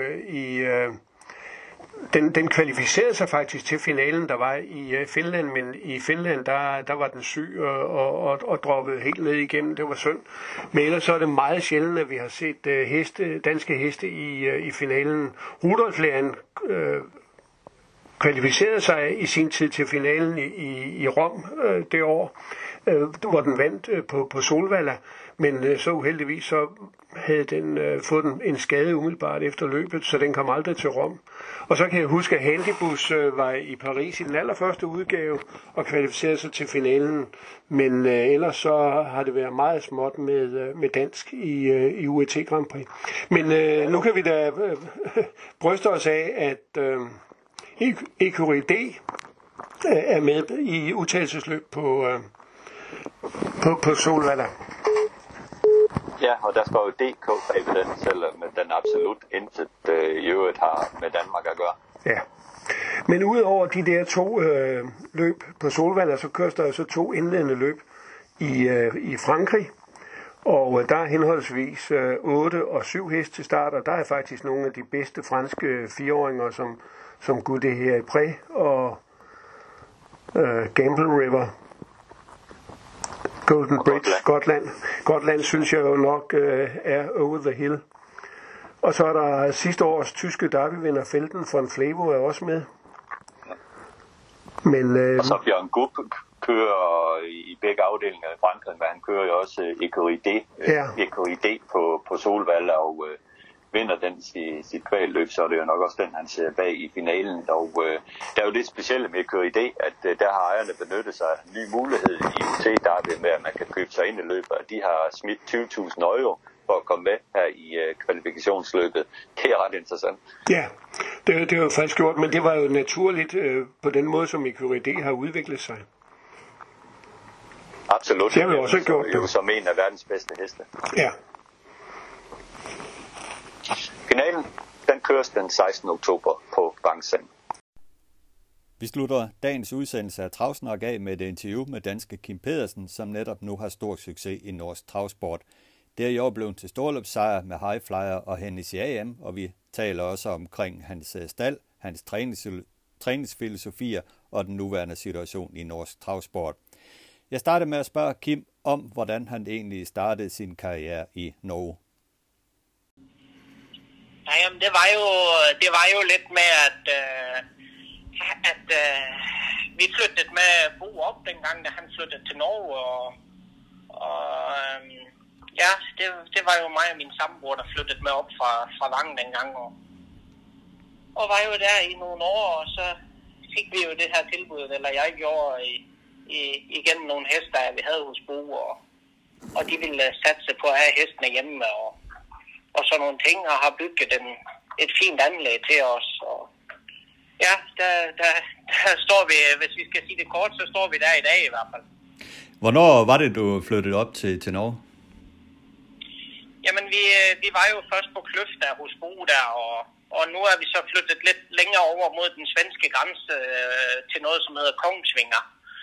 Speaker 3: Den kvalificerede sig faktisk til finalen, der var i Finland, men i Finland, der var den syg og droppede helt ned igennem. Det var synd. Men ellers så er det meget sjældent, at vi har set danske heste i finalen. Rudolf Lærn kvalificerede sig i sin tid til finalen i Rom det år, hvor den vandt på Solvalla. Men så uheldigvis så havde den fået en skade umiddelbart efter løbet, så den kom aldrig til Rom. Og så kan jeg huske, at Handybus var i Paris i den allerførste udgave og kvalificerede sig til finalen. Men ellers så har det været meget småt med dansk i UET Grand Prix. Men nu kan vi da bryste os af, at Ecurie D er med i udtagelsesløb på Solvalla.
Speaker 2: Ja, og der står jo DK bag ved den, selvom den absolut intet i øvrigt har med Danmark at gøre.
Speaker 3: Ja, men udover de der 2 løb på Solvalla, så køres der så 2 indledende løb i Frankrig. Og der er henholdsvis 8 og 7 heste til start, og der er faktisk nogle af de bedste franske 4-åringer, som Goudet her i Pré og Gamble River. Golden Bridge, Gotland synes jeg jo nok er over the hill. Og så er der sidste års tyske derbyvinder Felten von Flevo er også med. Men,
Speaker 2: og så Bjørn Gup kører i begge afdelinger i Frankrig, men han kører jo også Ecoride på Solvalla og vinder den sit kvalløb, så er det jo nok også den, han ser bag i finalen. Og der er jo det specielle med Ecoride, at der har ejerne benyttet sig af en ny mulighed i UT Derby med, at man kan købe sig ind i løbet, og de har smidt 20.000 euro for at komme med her i kvalifikationsløbet. Det er ret interessant.
Speaker 3: Ja, det er jo faktisk gjort, men det var jo naturligt på den måde, som Ecoride har udviklet sig.
Speaker 2: Absolut.
Speaker 3: Det har vi også gjort.
Speaker 2: Jo som en af verdens bedste heste.
Speaker 3: Ja.
Speaker 2: Finalen, den køres den 16. oktober på Vincennes.
Speaker 1: Vi slutter dagens udsendelse af Travsnak af med et interview med danske Kim Pedersen, som netop nu har stor succes i norsk travsport. Det er i år blevet til storløbssejr med High Flyer og Hennessy AM, og vi taler også omkring hans stald, hans træningsfilosofier og den nuværende situation i norsk travsport. Jeg startede med at spørge Kim om, hvordan han egentlig startede sin karriere i Norge.
Speaker 4: Ja, jamen, det var jo lidt med, at vi flyttede med Bo op dengang, da han flyttede til Norge, ja, det var jo mig og min samboer, der flyttede med op fra Vang dengang, og var jo der i nogle år, og så fik vi jo det her tilbud, eller jeg gjorde igennem nogle hester, vi havde hos Bo, og de ville satse på at have hestene hjemme, og sådan nogle ting, og har bygget et fint anlæg til os. Og ja, der står vi, hvis vi skal sige det kort, så står vi der i dag i hvert fald.
Speaker 1: Hvornår var det, du flyttede op til Norge?
Speaker 4: Jamen, vi var jo først på Kløft der hos Bo der, og nu er vi så flyttet lidt længere over mod den svenske grænse til noget, som hedder Kongsvinger,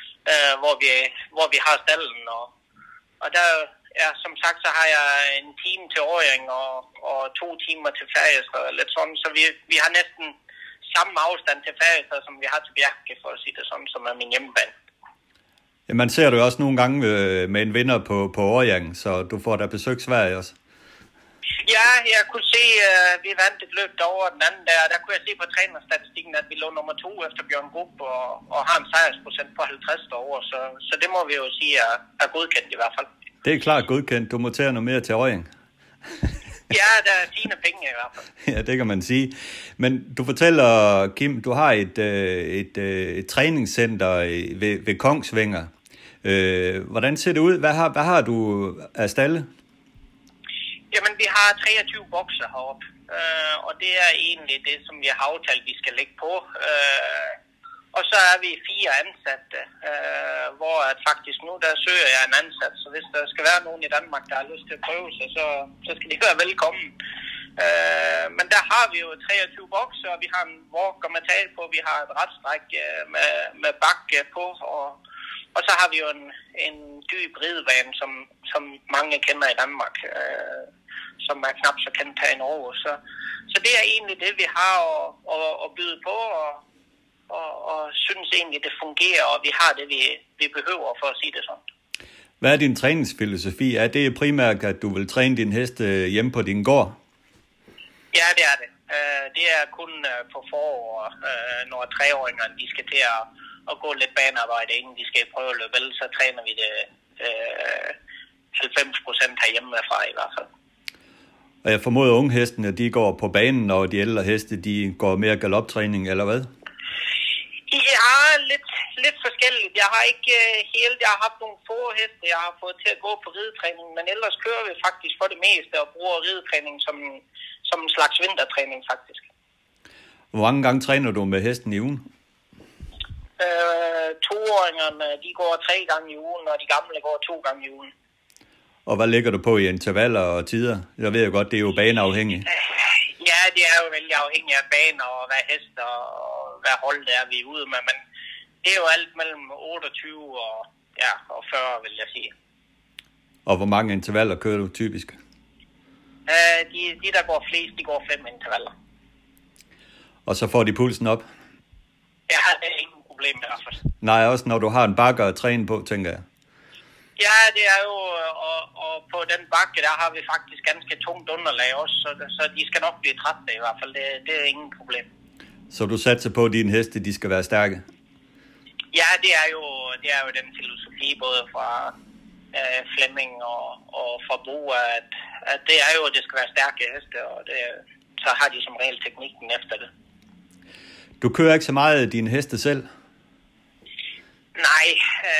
Speaker 4: hvor vi har stallen. Og der, ja, som sagt, så har jeg en time til Årjæng og 2 timer til Færjestad og lidt sådan, så vi har næsten samme afstand til Færjestad, som vi har til Bjerke, for at sige det sådan, som er min hjemmebane.
Speaker 1: Ja, man ser det jo også nogle gange med en vinder på Årjæng, så du får da besøg Sverige også.
Speaker 4: Ja, jeg kunne se, vi vandt et løb derovre den anden der kunne jeg se på trænerstatistikken, at vi lå nummer 2 efter Bjørn Gup og har en sejrsprocent på 50 derovre, så det må vi jo sige er godkendt i hvert fald. Det
Speaker 1: er klart godkendt. Du må tage noget mere til Årjæng.
Speaker 4: Ja, der er fine penge i hvert fald.
Speaker 1: Ja, det kan man sige. Men du fortæller, Kim, du har et træningscenter ved Kongsvinger. Hvordan ser det ud? Hvad har du af stalle?
Speaker 4: Jamen, vi har 23 bokser heroppe, og det er egentlig det, som vi har aftalt, vi skal lægge på. Og så er vi 4 ansatte, hvor at faktisk nu, der søger jeg en ansat, så hvis der skal være nogen i Danmark, der har lyst til at prøve sig, så skal de være velkommen. Men der har vi jo 23 bokser, og vi har en walk med tag på, vi har et retstræk med bakke på, og så har vi jo en dyb ridebane, som mange kender i Danmark, som er knap så kendt her i Norge. Så det er egentlig det, vi har at byde på, og synes egentlig, det fungerer, og vi har det, vi behøver, for at sige det sådan.
Speaker 1: Hvad er din træningsfilosofi? Er det primært, at du vil træne din heste hjemme på din gård?
Speaker 4: Ja, det er det. Det er kun på forår, når 3-åringerne de skal til at gå lidt banearbejde, inden de skal prøve at løbe, ellers så træner vi det 90% herhjemmefra i hvert fald.
Speaker 1: Og jeg formoder, at unghestene, de går på banen, og de ældre heste, de går mere galoptræning, eller hvad?
Speaker 4: Ja, lidt forskelligt. Jeg har ikke jeg har haft nogle få heste, jeg har fået til at gå på ridetræning, men ellers kører vi faktisk for det meste og bruger ridetræning som en slags vintertræning faktisk.
Speaker 1: Hvor mange gange træner du med hesten i ugen?
Speaker 4: 2-åringerne, de går 3 gange i ugen, og de gamle går 2 gange i ugen.
Speaker 1: Og hvad lægger du på i intervaller og tider? Jeg ved jo godt, det er jo baneafhængigt.
Speaker 4: Ja, det er jo vældig afhængigt af baner og hvad hest og hvad hold det er, vi er ude med, men det er jo alt mellem 28 og 40, vil jeg sige.
Speaker 1: Og hvor mange intervaller kører du typisk?
Speaker 4: De der går flest, de går 5 intervaller.
Speaker 1: Og så får de pulsen op?
Speaker 4: Ja, det er ingen problem i hvert fald.
Speaker 1: Nej, også når du har en bakke at træne på, tænker jeg.
Speaker 4: Ja, det er jo, og på den bakke, der har vi faktisk ganske tungt underlag også, så de skal nok blive trætte i hvert fald, det er ingen problem.
Speaker 1: Så du satser på, at dine heste, de skal være stærke?
Speaker 4: Ja, det er jo den filosofi, både fra Flemming og fra Bo, at det er jo, at det skal være stærke heste, og så har de som regel teknikken efter det.
Speaker 1: Du kører ikke så meget af dine heste selv?
Speaker 4: Nej,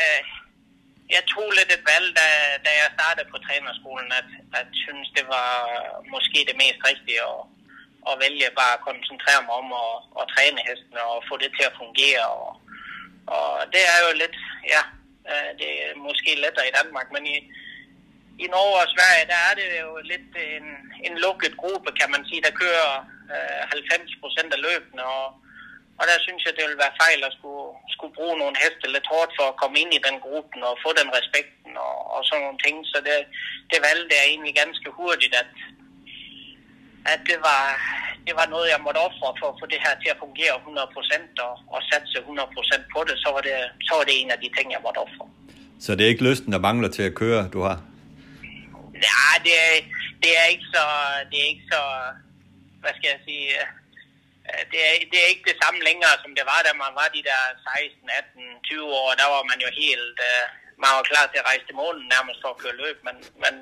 Speaker 4: jeg tog lidt et valg, da jeg startede på trænerskolen, at synes, det var måske det mest rigtige at vælge bare at koncentrere mig om at træne hestene og få det til at fungere. Og det er jo lidt, ja, det er måske lettere i Danmark, men i Norge og Sverige, der er det jo lidt en lukket gruppe, kan man sige, der kører 90% af løbene, og der synes jeg, det ville være fejl at skulle bruge nogle heste lidt hårdt for at komme ind i den gruppen og få den respekten og sådan nogle ting. Så det valgte jeg egentlig ganske hurtigt, at det var noget, jeg måtte ofre for at få det her til at fungere 100% og satse 100% på det. Så var det en af de ting, jeg måtte ofre.
Speaker 1: Så det er ikke lysten, der mangler til at køre, du har?
Speaker 4: Ja, det er ikke så, hvad skal jeg sige... Det er ikke det samme længere, som det var, da man var de der 16, 18, 20 år. Der var man jo helt... man var klar til at rejse til månen nærmest for at køre løb, men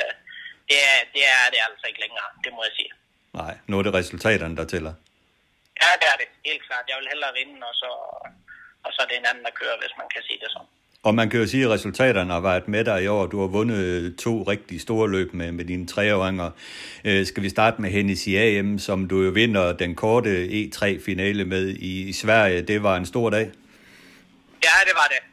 Speaker 4: det er det altså ikke længere, det må jeg sige.
Speaker 1: Nej, nu er det resultaterne, der tæller.
Speaker 4: Ja, det er det. Helt klart. Jeg vil hellere vinde, og så er det en anden, der kører, hvis man kan sige det sådan.
Speaker 1: Og man kan jo sige, at resultaterne har været med dig i år. Du har vundet 2 rigtig store løb med dine 3-åringer. Skal vi starte med Hennessy AM, som du jo vinder den korte E3-finale med i Sverige. Det var en stor dag.
Speaker 4: Ja, det var det.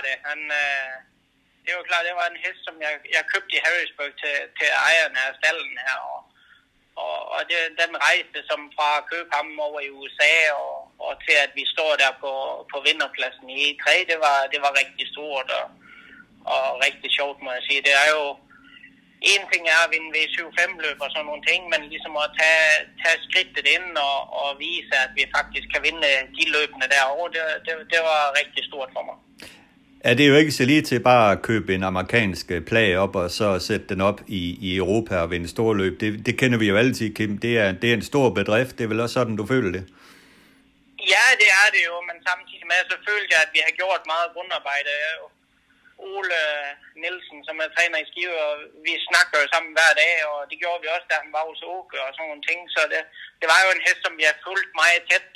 Speaker 4: Det var klart, det var en hest, som jeg købte i Harrisburg til ejeren af stallen her. Og den rejste som fra at købe ham over i USA og til at vi står der på vinderpladsen i E3, det var rigtig stort og rigtig sjovt, må jeg sige. Det er jo, en ting er at vinde V7-5-løb og sådan nogle ting, men ligesom at tage skridtet ind og vise, at vi faktisk kan vinde de løbene derovre, det var rigtig stort for mig.
Speaker 1: Ja, det er jo ikke så lige til bare at købe en amerikansk plag op og så sætte den op i Europa og vinde store løb. Det kender vi jo altid, Kim. Det er en stor bedrift. Det er vel også sådan, du føler det?
Speaker 4: Ja, det er det jo, men samtidig med, så følte jeg, at vi har gjort meget grundarbejde. Ole Nielsen, som er træner i Skive, og vi snakker jo sammen hver dag, og det gjorde vi også, da han var hos Åke og sådan nogle ting. Så det var jo en hest, som vi har fulgt meget tæt,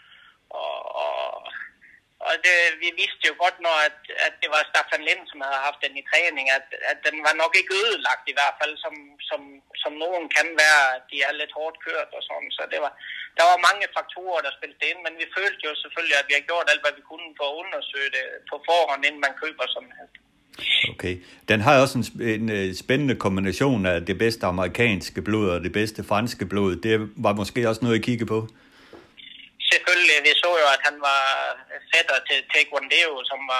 Speaker 4: og vi vidste jo godt, når at det var Staffan Lind, som havde haft den i træning, at den var nok ikke ødelagt i hvert fald, som nogen kan være, at de er lidt hårdt kørt og sådan. Så der var mange faktorer, der spillede ind, men vi følte jo selvfølgelig, at vi har gjort alt, hvad vi kunne for at undersøge det på forhånd, inden man køber sådan her.
Speaker 1: Okay. Den har også en spændende kombination af det bedste amerikanske blod og det bedste franske blod. Det var måske også noget at kigge på.
Speaker 4: Selvfølgelig, vi så jo, at han var fætter til Taekwondo,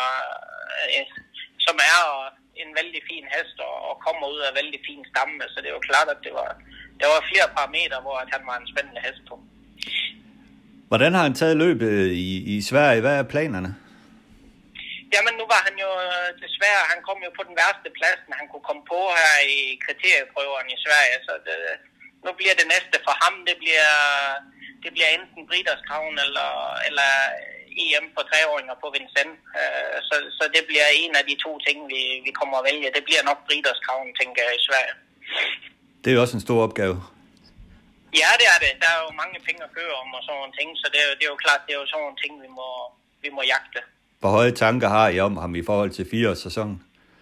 Speaker 4: som er en vældig fin hest og kommer ud af vældig fin stamme, så det er jo klart, at der var flere parametre, hvor at han var en spændende hest på.
Speaker 1: Hvordan har han taget løbet i Sverige? Hvad er planerne?
Speaker 4: Jamen, nu var han jo desværre, han kom jo på den værste plads, han kunne komme på her i kriterieprøverne i Sverige, så nu bliver det næste for ham, det bliver enten Briderskraven eller EM for 3-åringer på Vincennes. Så det bliver en af de 2 ting, vi kommer at vælge. Det bliver nok Briderskraven, tænker jeg, i Sverige.
Speaker 1: Det er jo også en stor opgave.
Speaker 4: Ja, det er det. Der er jo mange penge at køre om og sådan nogle ting, så det er jo klart, det er jo sådan nogle ting, vi må jagte.
Speaker 1: Hvor høje tanker har I om ham i forhold til 4-årssæsonen?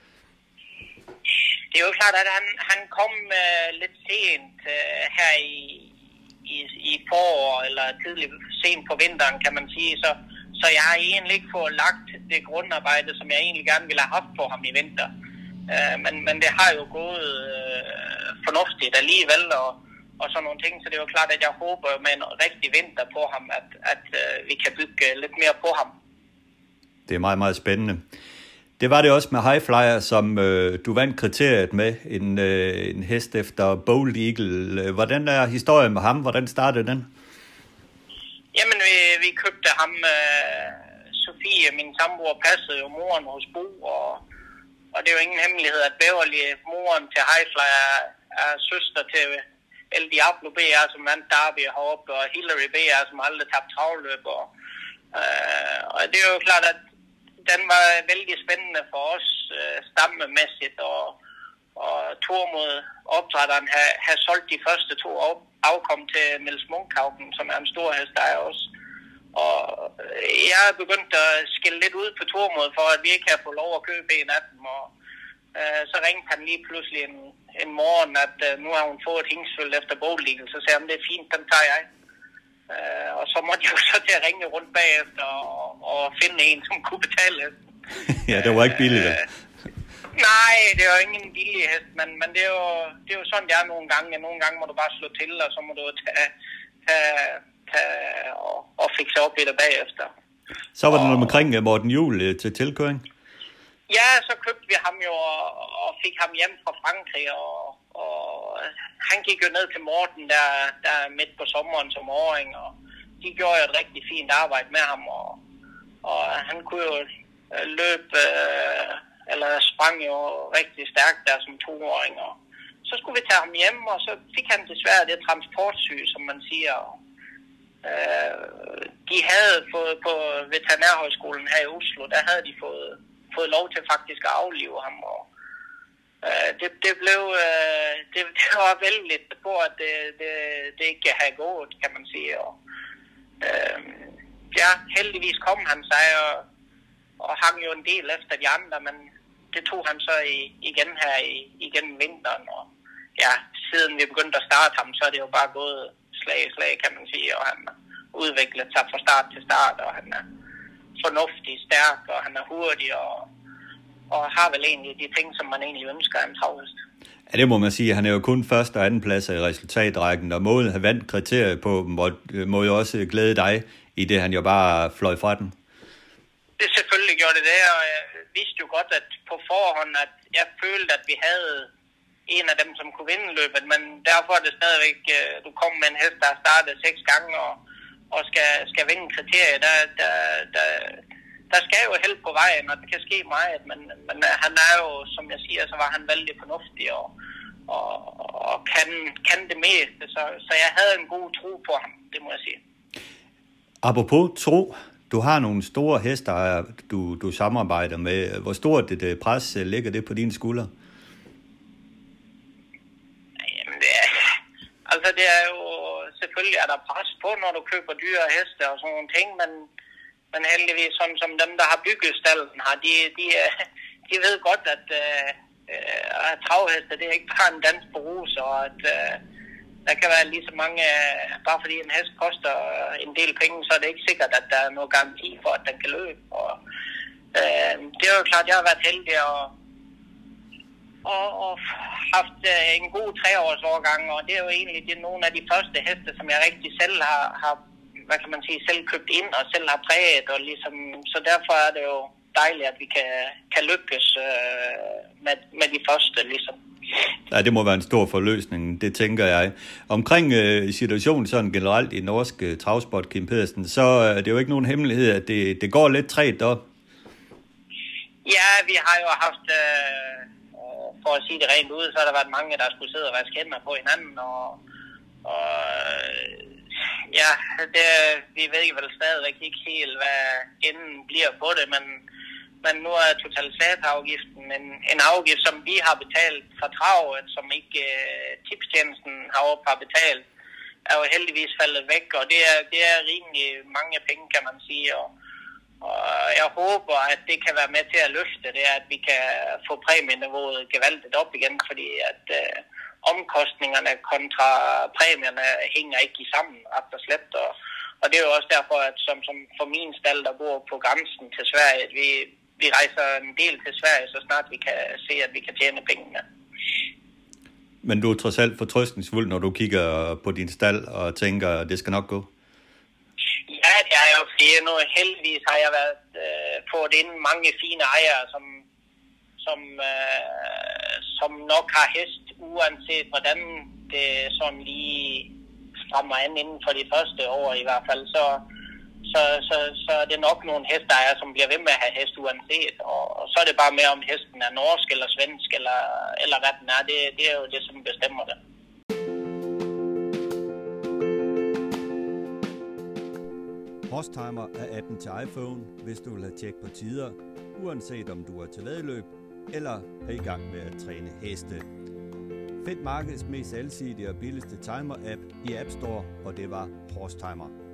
Speaker 4: Det er jo klart, at han kom lidt sent her i forår, eller tidligt sent på vinteren, kan man sige. Så jeg har egentlig ikke fået lagt det grundarbejde, som jeg egentlig gerne ville have haft på ham i vinter. Men det har jo gået fornuftigt alligevel, og sådan nogle ting. Så det er jo klart, at jeg håber med en rigtig vinter på ham, at vi kan bygge lidt mere på ham.
Speaker 1: Det er meget, meget spændende. Det var det også med Highflyer, som du vandt kriteriet med, en hest efter Bold Eagle. Hvordan er historien med ham? Hvordan startede den?
Speaker 4: Jamen, vi købte ham. Sofie, min samboer, passede jo moren hos Bo, og og det er jo ingen hemmelighed, at Beverly, moren til Highfly, er søster til El Diablo BR, som vandt Derby heroppe, og Hillary BR, som aldrig tabte travløb. Og det er jo klart, at den var vældig spændende for os stammemæssigt, og Tormod opdrætteren have solgt de første 2 afkom til Niels Munkhaugen, som er en stor hest, der er også. Og jeg er begyndt at skille lidt ud på Tormod, for at vi ikke kan få lov at købe en af dem, og så ringte han lige pludselig en morgen, at nu har hun fået et hingsfølge efter bogligel, så sagde han, det er fint, den tager jeg. Og så måtte jeg jo så til at ringe rundt bagefter og finde en, som kunne betale hesten.
Speaker 1: Ja, det var ikke billigt.
Speaker 4: Nej, det er jo ingen billig hest, men det er jo sådan, det er nogle gange. Nogle gange må du bare slå til, og så må du tage og fikse op i det bagefter.
Speaker 1: Så var det noget omkring Morten Juhl til tilkøring?
Speaker 4: Ja, så købte vi ham jo og fik ham hjem fra Frankrig, og han gik jo ned til Morten der midt på sommeren som åring, og de gjorde jo et rigtig fint arbejde med ham, og han kunne jo løbe, eller sprang jo rigtig stærkt der som 2-åring, og så skulle vi tage ham hjem, og så fik han desværre det transportsyge, som man siger. De havde fået på Veterinærhøjskolen her i Oslo, der havde de fået lov til faktisk at aflive ham, og det var vældigt på, at det ikke kan have gået, kan man sige. Og, ja, heldigvis kom han sig og hang jo en del efter de andre, men det tog han så igen her igennem vinteren, og ja, siden vi begyndte at starte ham, så er det jo bare gået slag i slag, kan man sige, og han har udviklet sig fra start til start, og han er fornuftig, stærk, og han er hurtig, og har vel egentlig de ting, som man egentlig ønsker af en travhest.
Speaker 1: Ja, det må man sige. Han er jo kun første og anden pladser i resultatrækken, og måden han vandt kriteriet på må jo også glæde dig, i det han jo bare fløj fra den.
Speaker 4: Det selvfølgelig gjorde det, og jeg vidste jo godt, at på forhånd, at jeg følte, at vi havde en af dem, som kunne vinde løbet, men derfor er det stadigvæk, du kommer med en hest, der har startet 6 gange, og skal vinde kriteriet, der skal jo held på vejen, og det kan ske meget, men han er jo, som jeg siger, så var han vældig fornuftig, og kan det meste, så jeg havde en god tro på ham, det må jeg sige.
Speaker 1: Apropos tro, du har nogle store hester, du samarbejder med. Hvor stort et pres ligger det på dine skuldre?
Speaker 4: Jamen, det er jo, selvfølgelig er der pres på, når du køber dyre heste og sådan nogle ting, men heldigvis, sådan som dem, der har bygget stallen her, de ved godt, at travheste, det er ikke bare en dans på rus, og at der kan være lige så mange, bare fordi en hest koster en del penge, så er det ikke sikkert, at der er noget garanti for, at den kan løbe. Og det er jo klart, jeg har været heldig og haft en god 3-årsårgang, og det er jo egentlig nogle af de første heste, som jeg rigtig selv har hvad kan man sige, selv købt ind og selv har præget, og ligesom, så derfor er det jo dejligt, at vi kan lykkes med de første, ligesom.
Speaker 1: Ja, det må være en stor forløsning, det tænker jeg. Omkring situationen sådan generelt i norsk travsport, Kim Pedersen, så er det jo ikke nogen hemmelighed, at det går lidt træt op.
Speaker 4: Ja, vi har jo haft, for at sige det rent ud, så har der været mange, der skulle sidde og vaske hænder på hinanden, og ja, vi ved jo vel stadigvæk ikke helt, hvad enden bliver på det, men nu er totalisatafgiften en afgift, som vi har betalt for travet, som ikke tipstjenesten heroppe har betalt, er jo heldigvis faldet væk, og det er rimelig mange penge, kan man sige, og jeg håber, at det kan være med til at løfte det, at vi kan få præmieniveauet gevaldigt op igen, fordi at omkostningerne kontra præmierne hænger ikke sammen ret og slet, og det er jo også derfor, at som for min stald, der bor på grænsen til Sverige, at vi rejser en del til Sverige, så snart vi kan se, at vi kan tjene pengene.
Speaker 1: Men du er trods alt fortrøstningsfuld, når du kigger på din stald og tænker, at det skal nok gå?
Speaker 4: Ja, det er jo, fordi nu heldigvis har jeg fået ind mange fine ejere, som nok har hest, uanset hvordan det sådan lige strammer an inden for de første år i hvert fald, så er det nok nogle hestejere, som bliver ved med at have hest uanset. Og så er det bare med, om hesten er norsk eller svensk eller hvad den er. Det er jo det, som bestemmer det.
Speaker 1: Horsetimer er appen til iPhone, hvis du vil have tjek på tider, uanset om du er til væddeløb eller er i gang med at træne heste. Find markedets mest alsidige og billigste timer-app i App Store, og det var Horsetimer.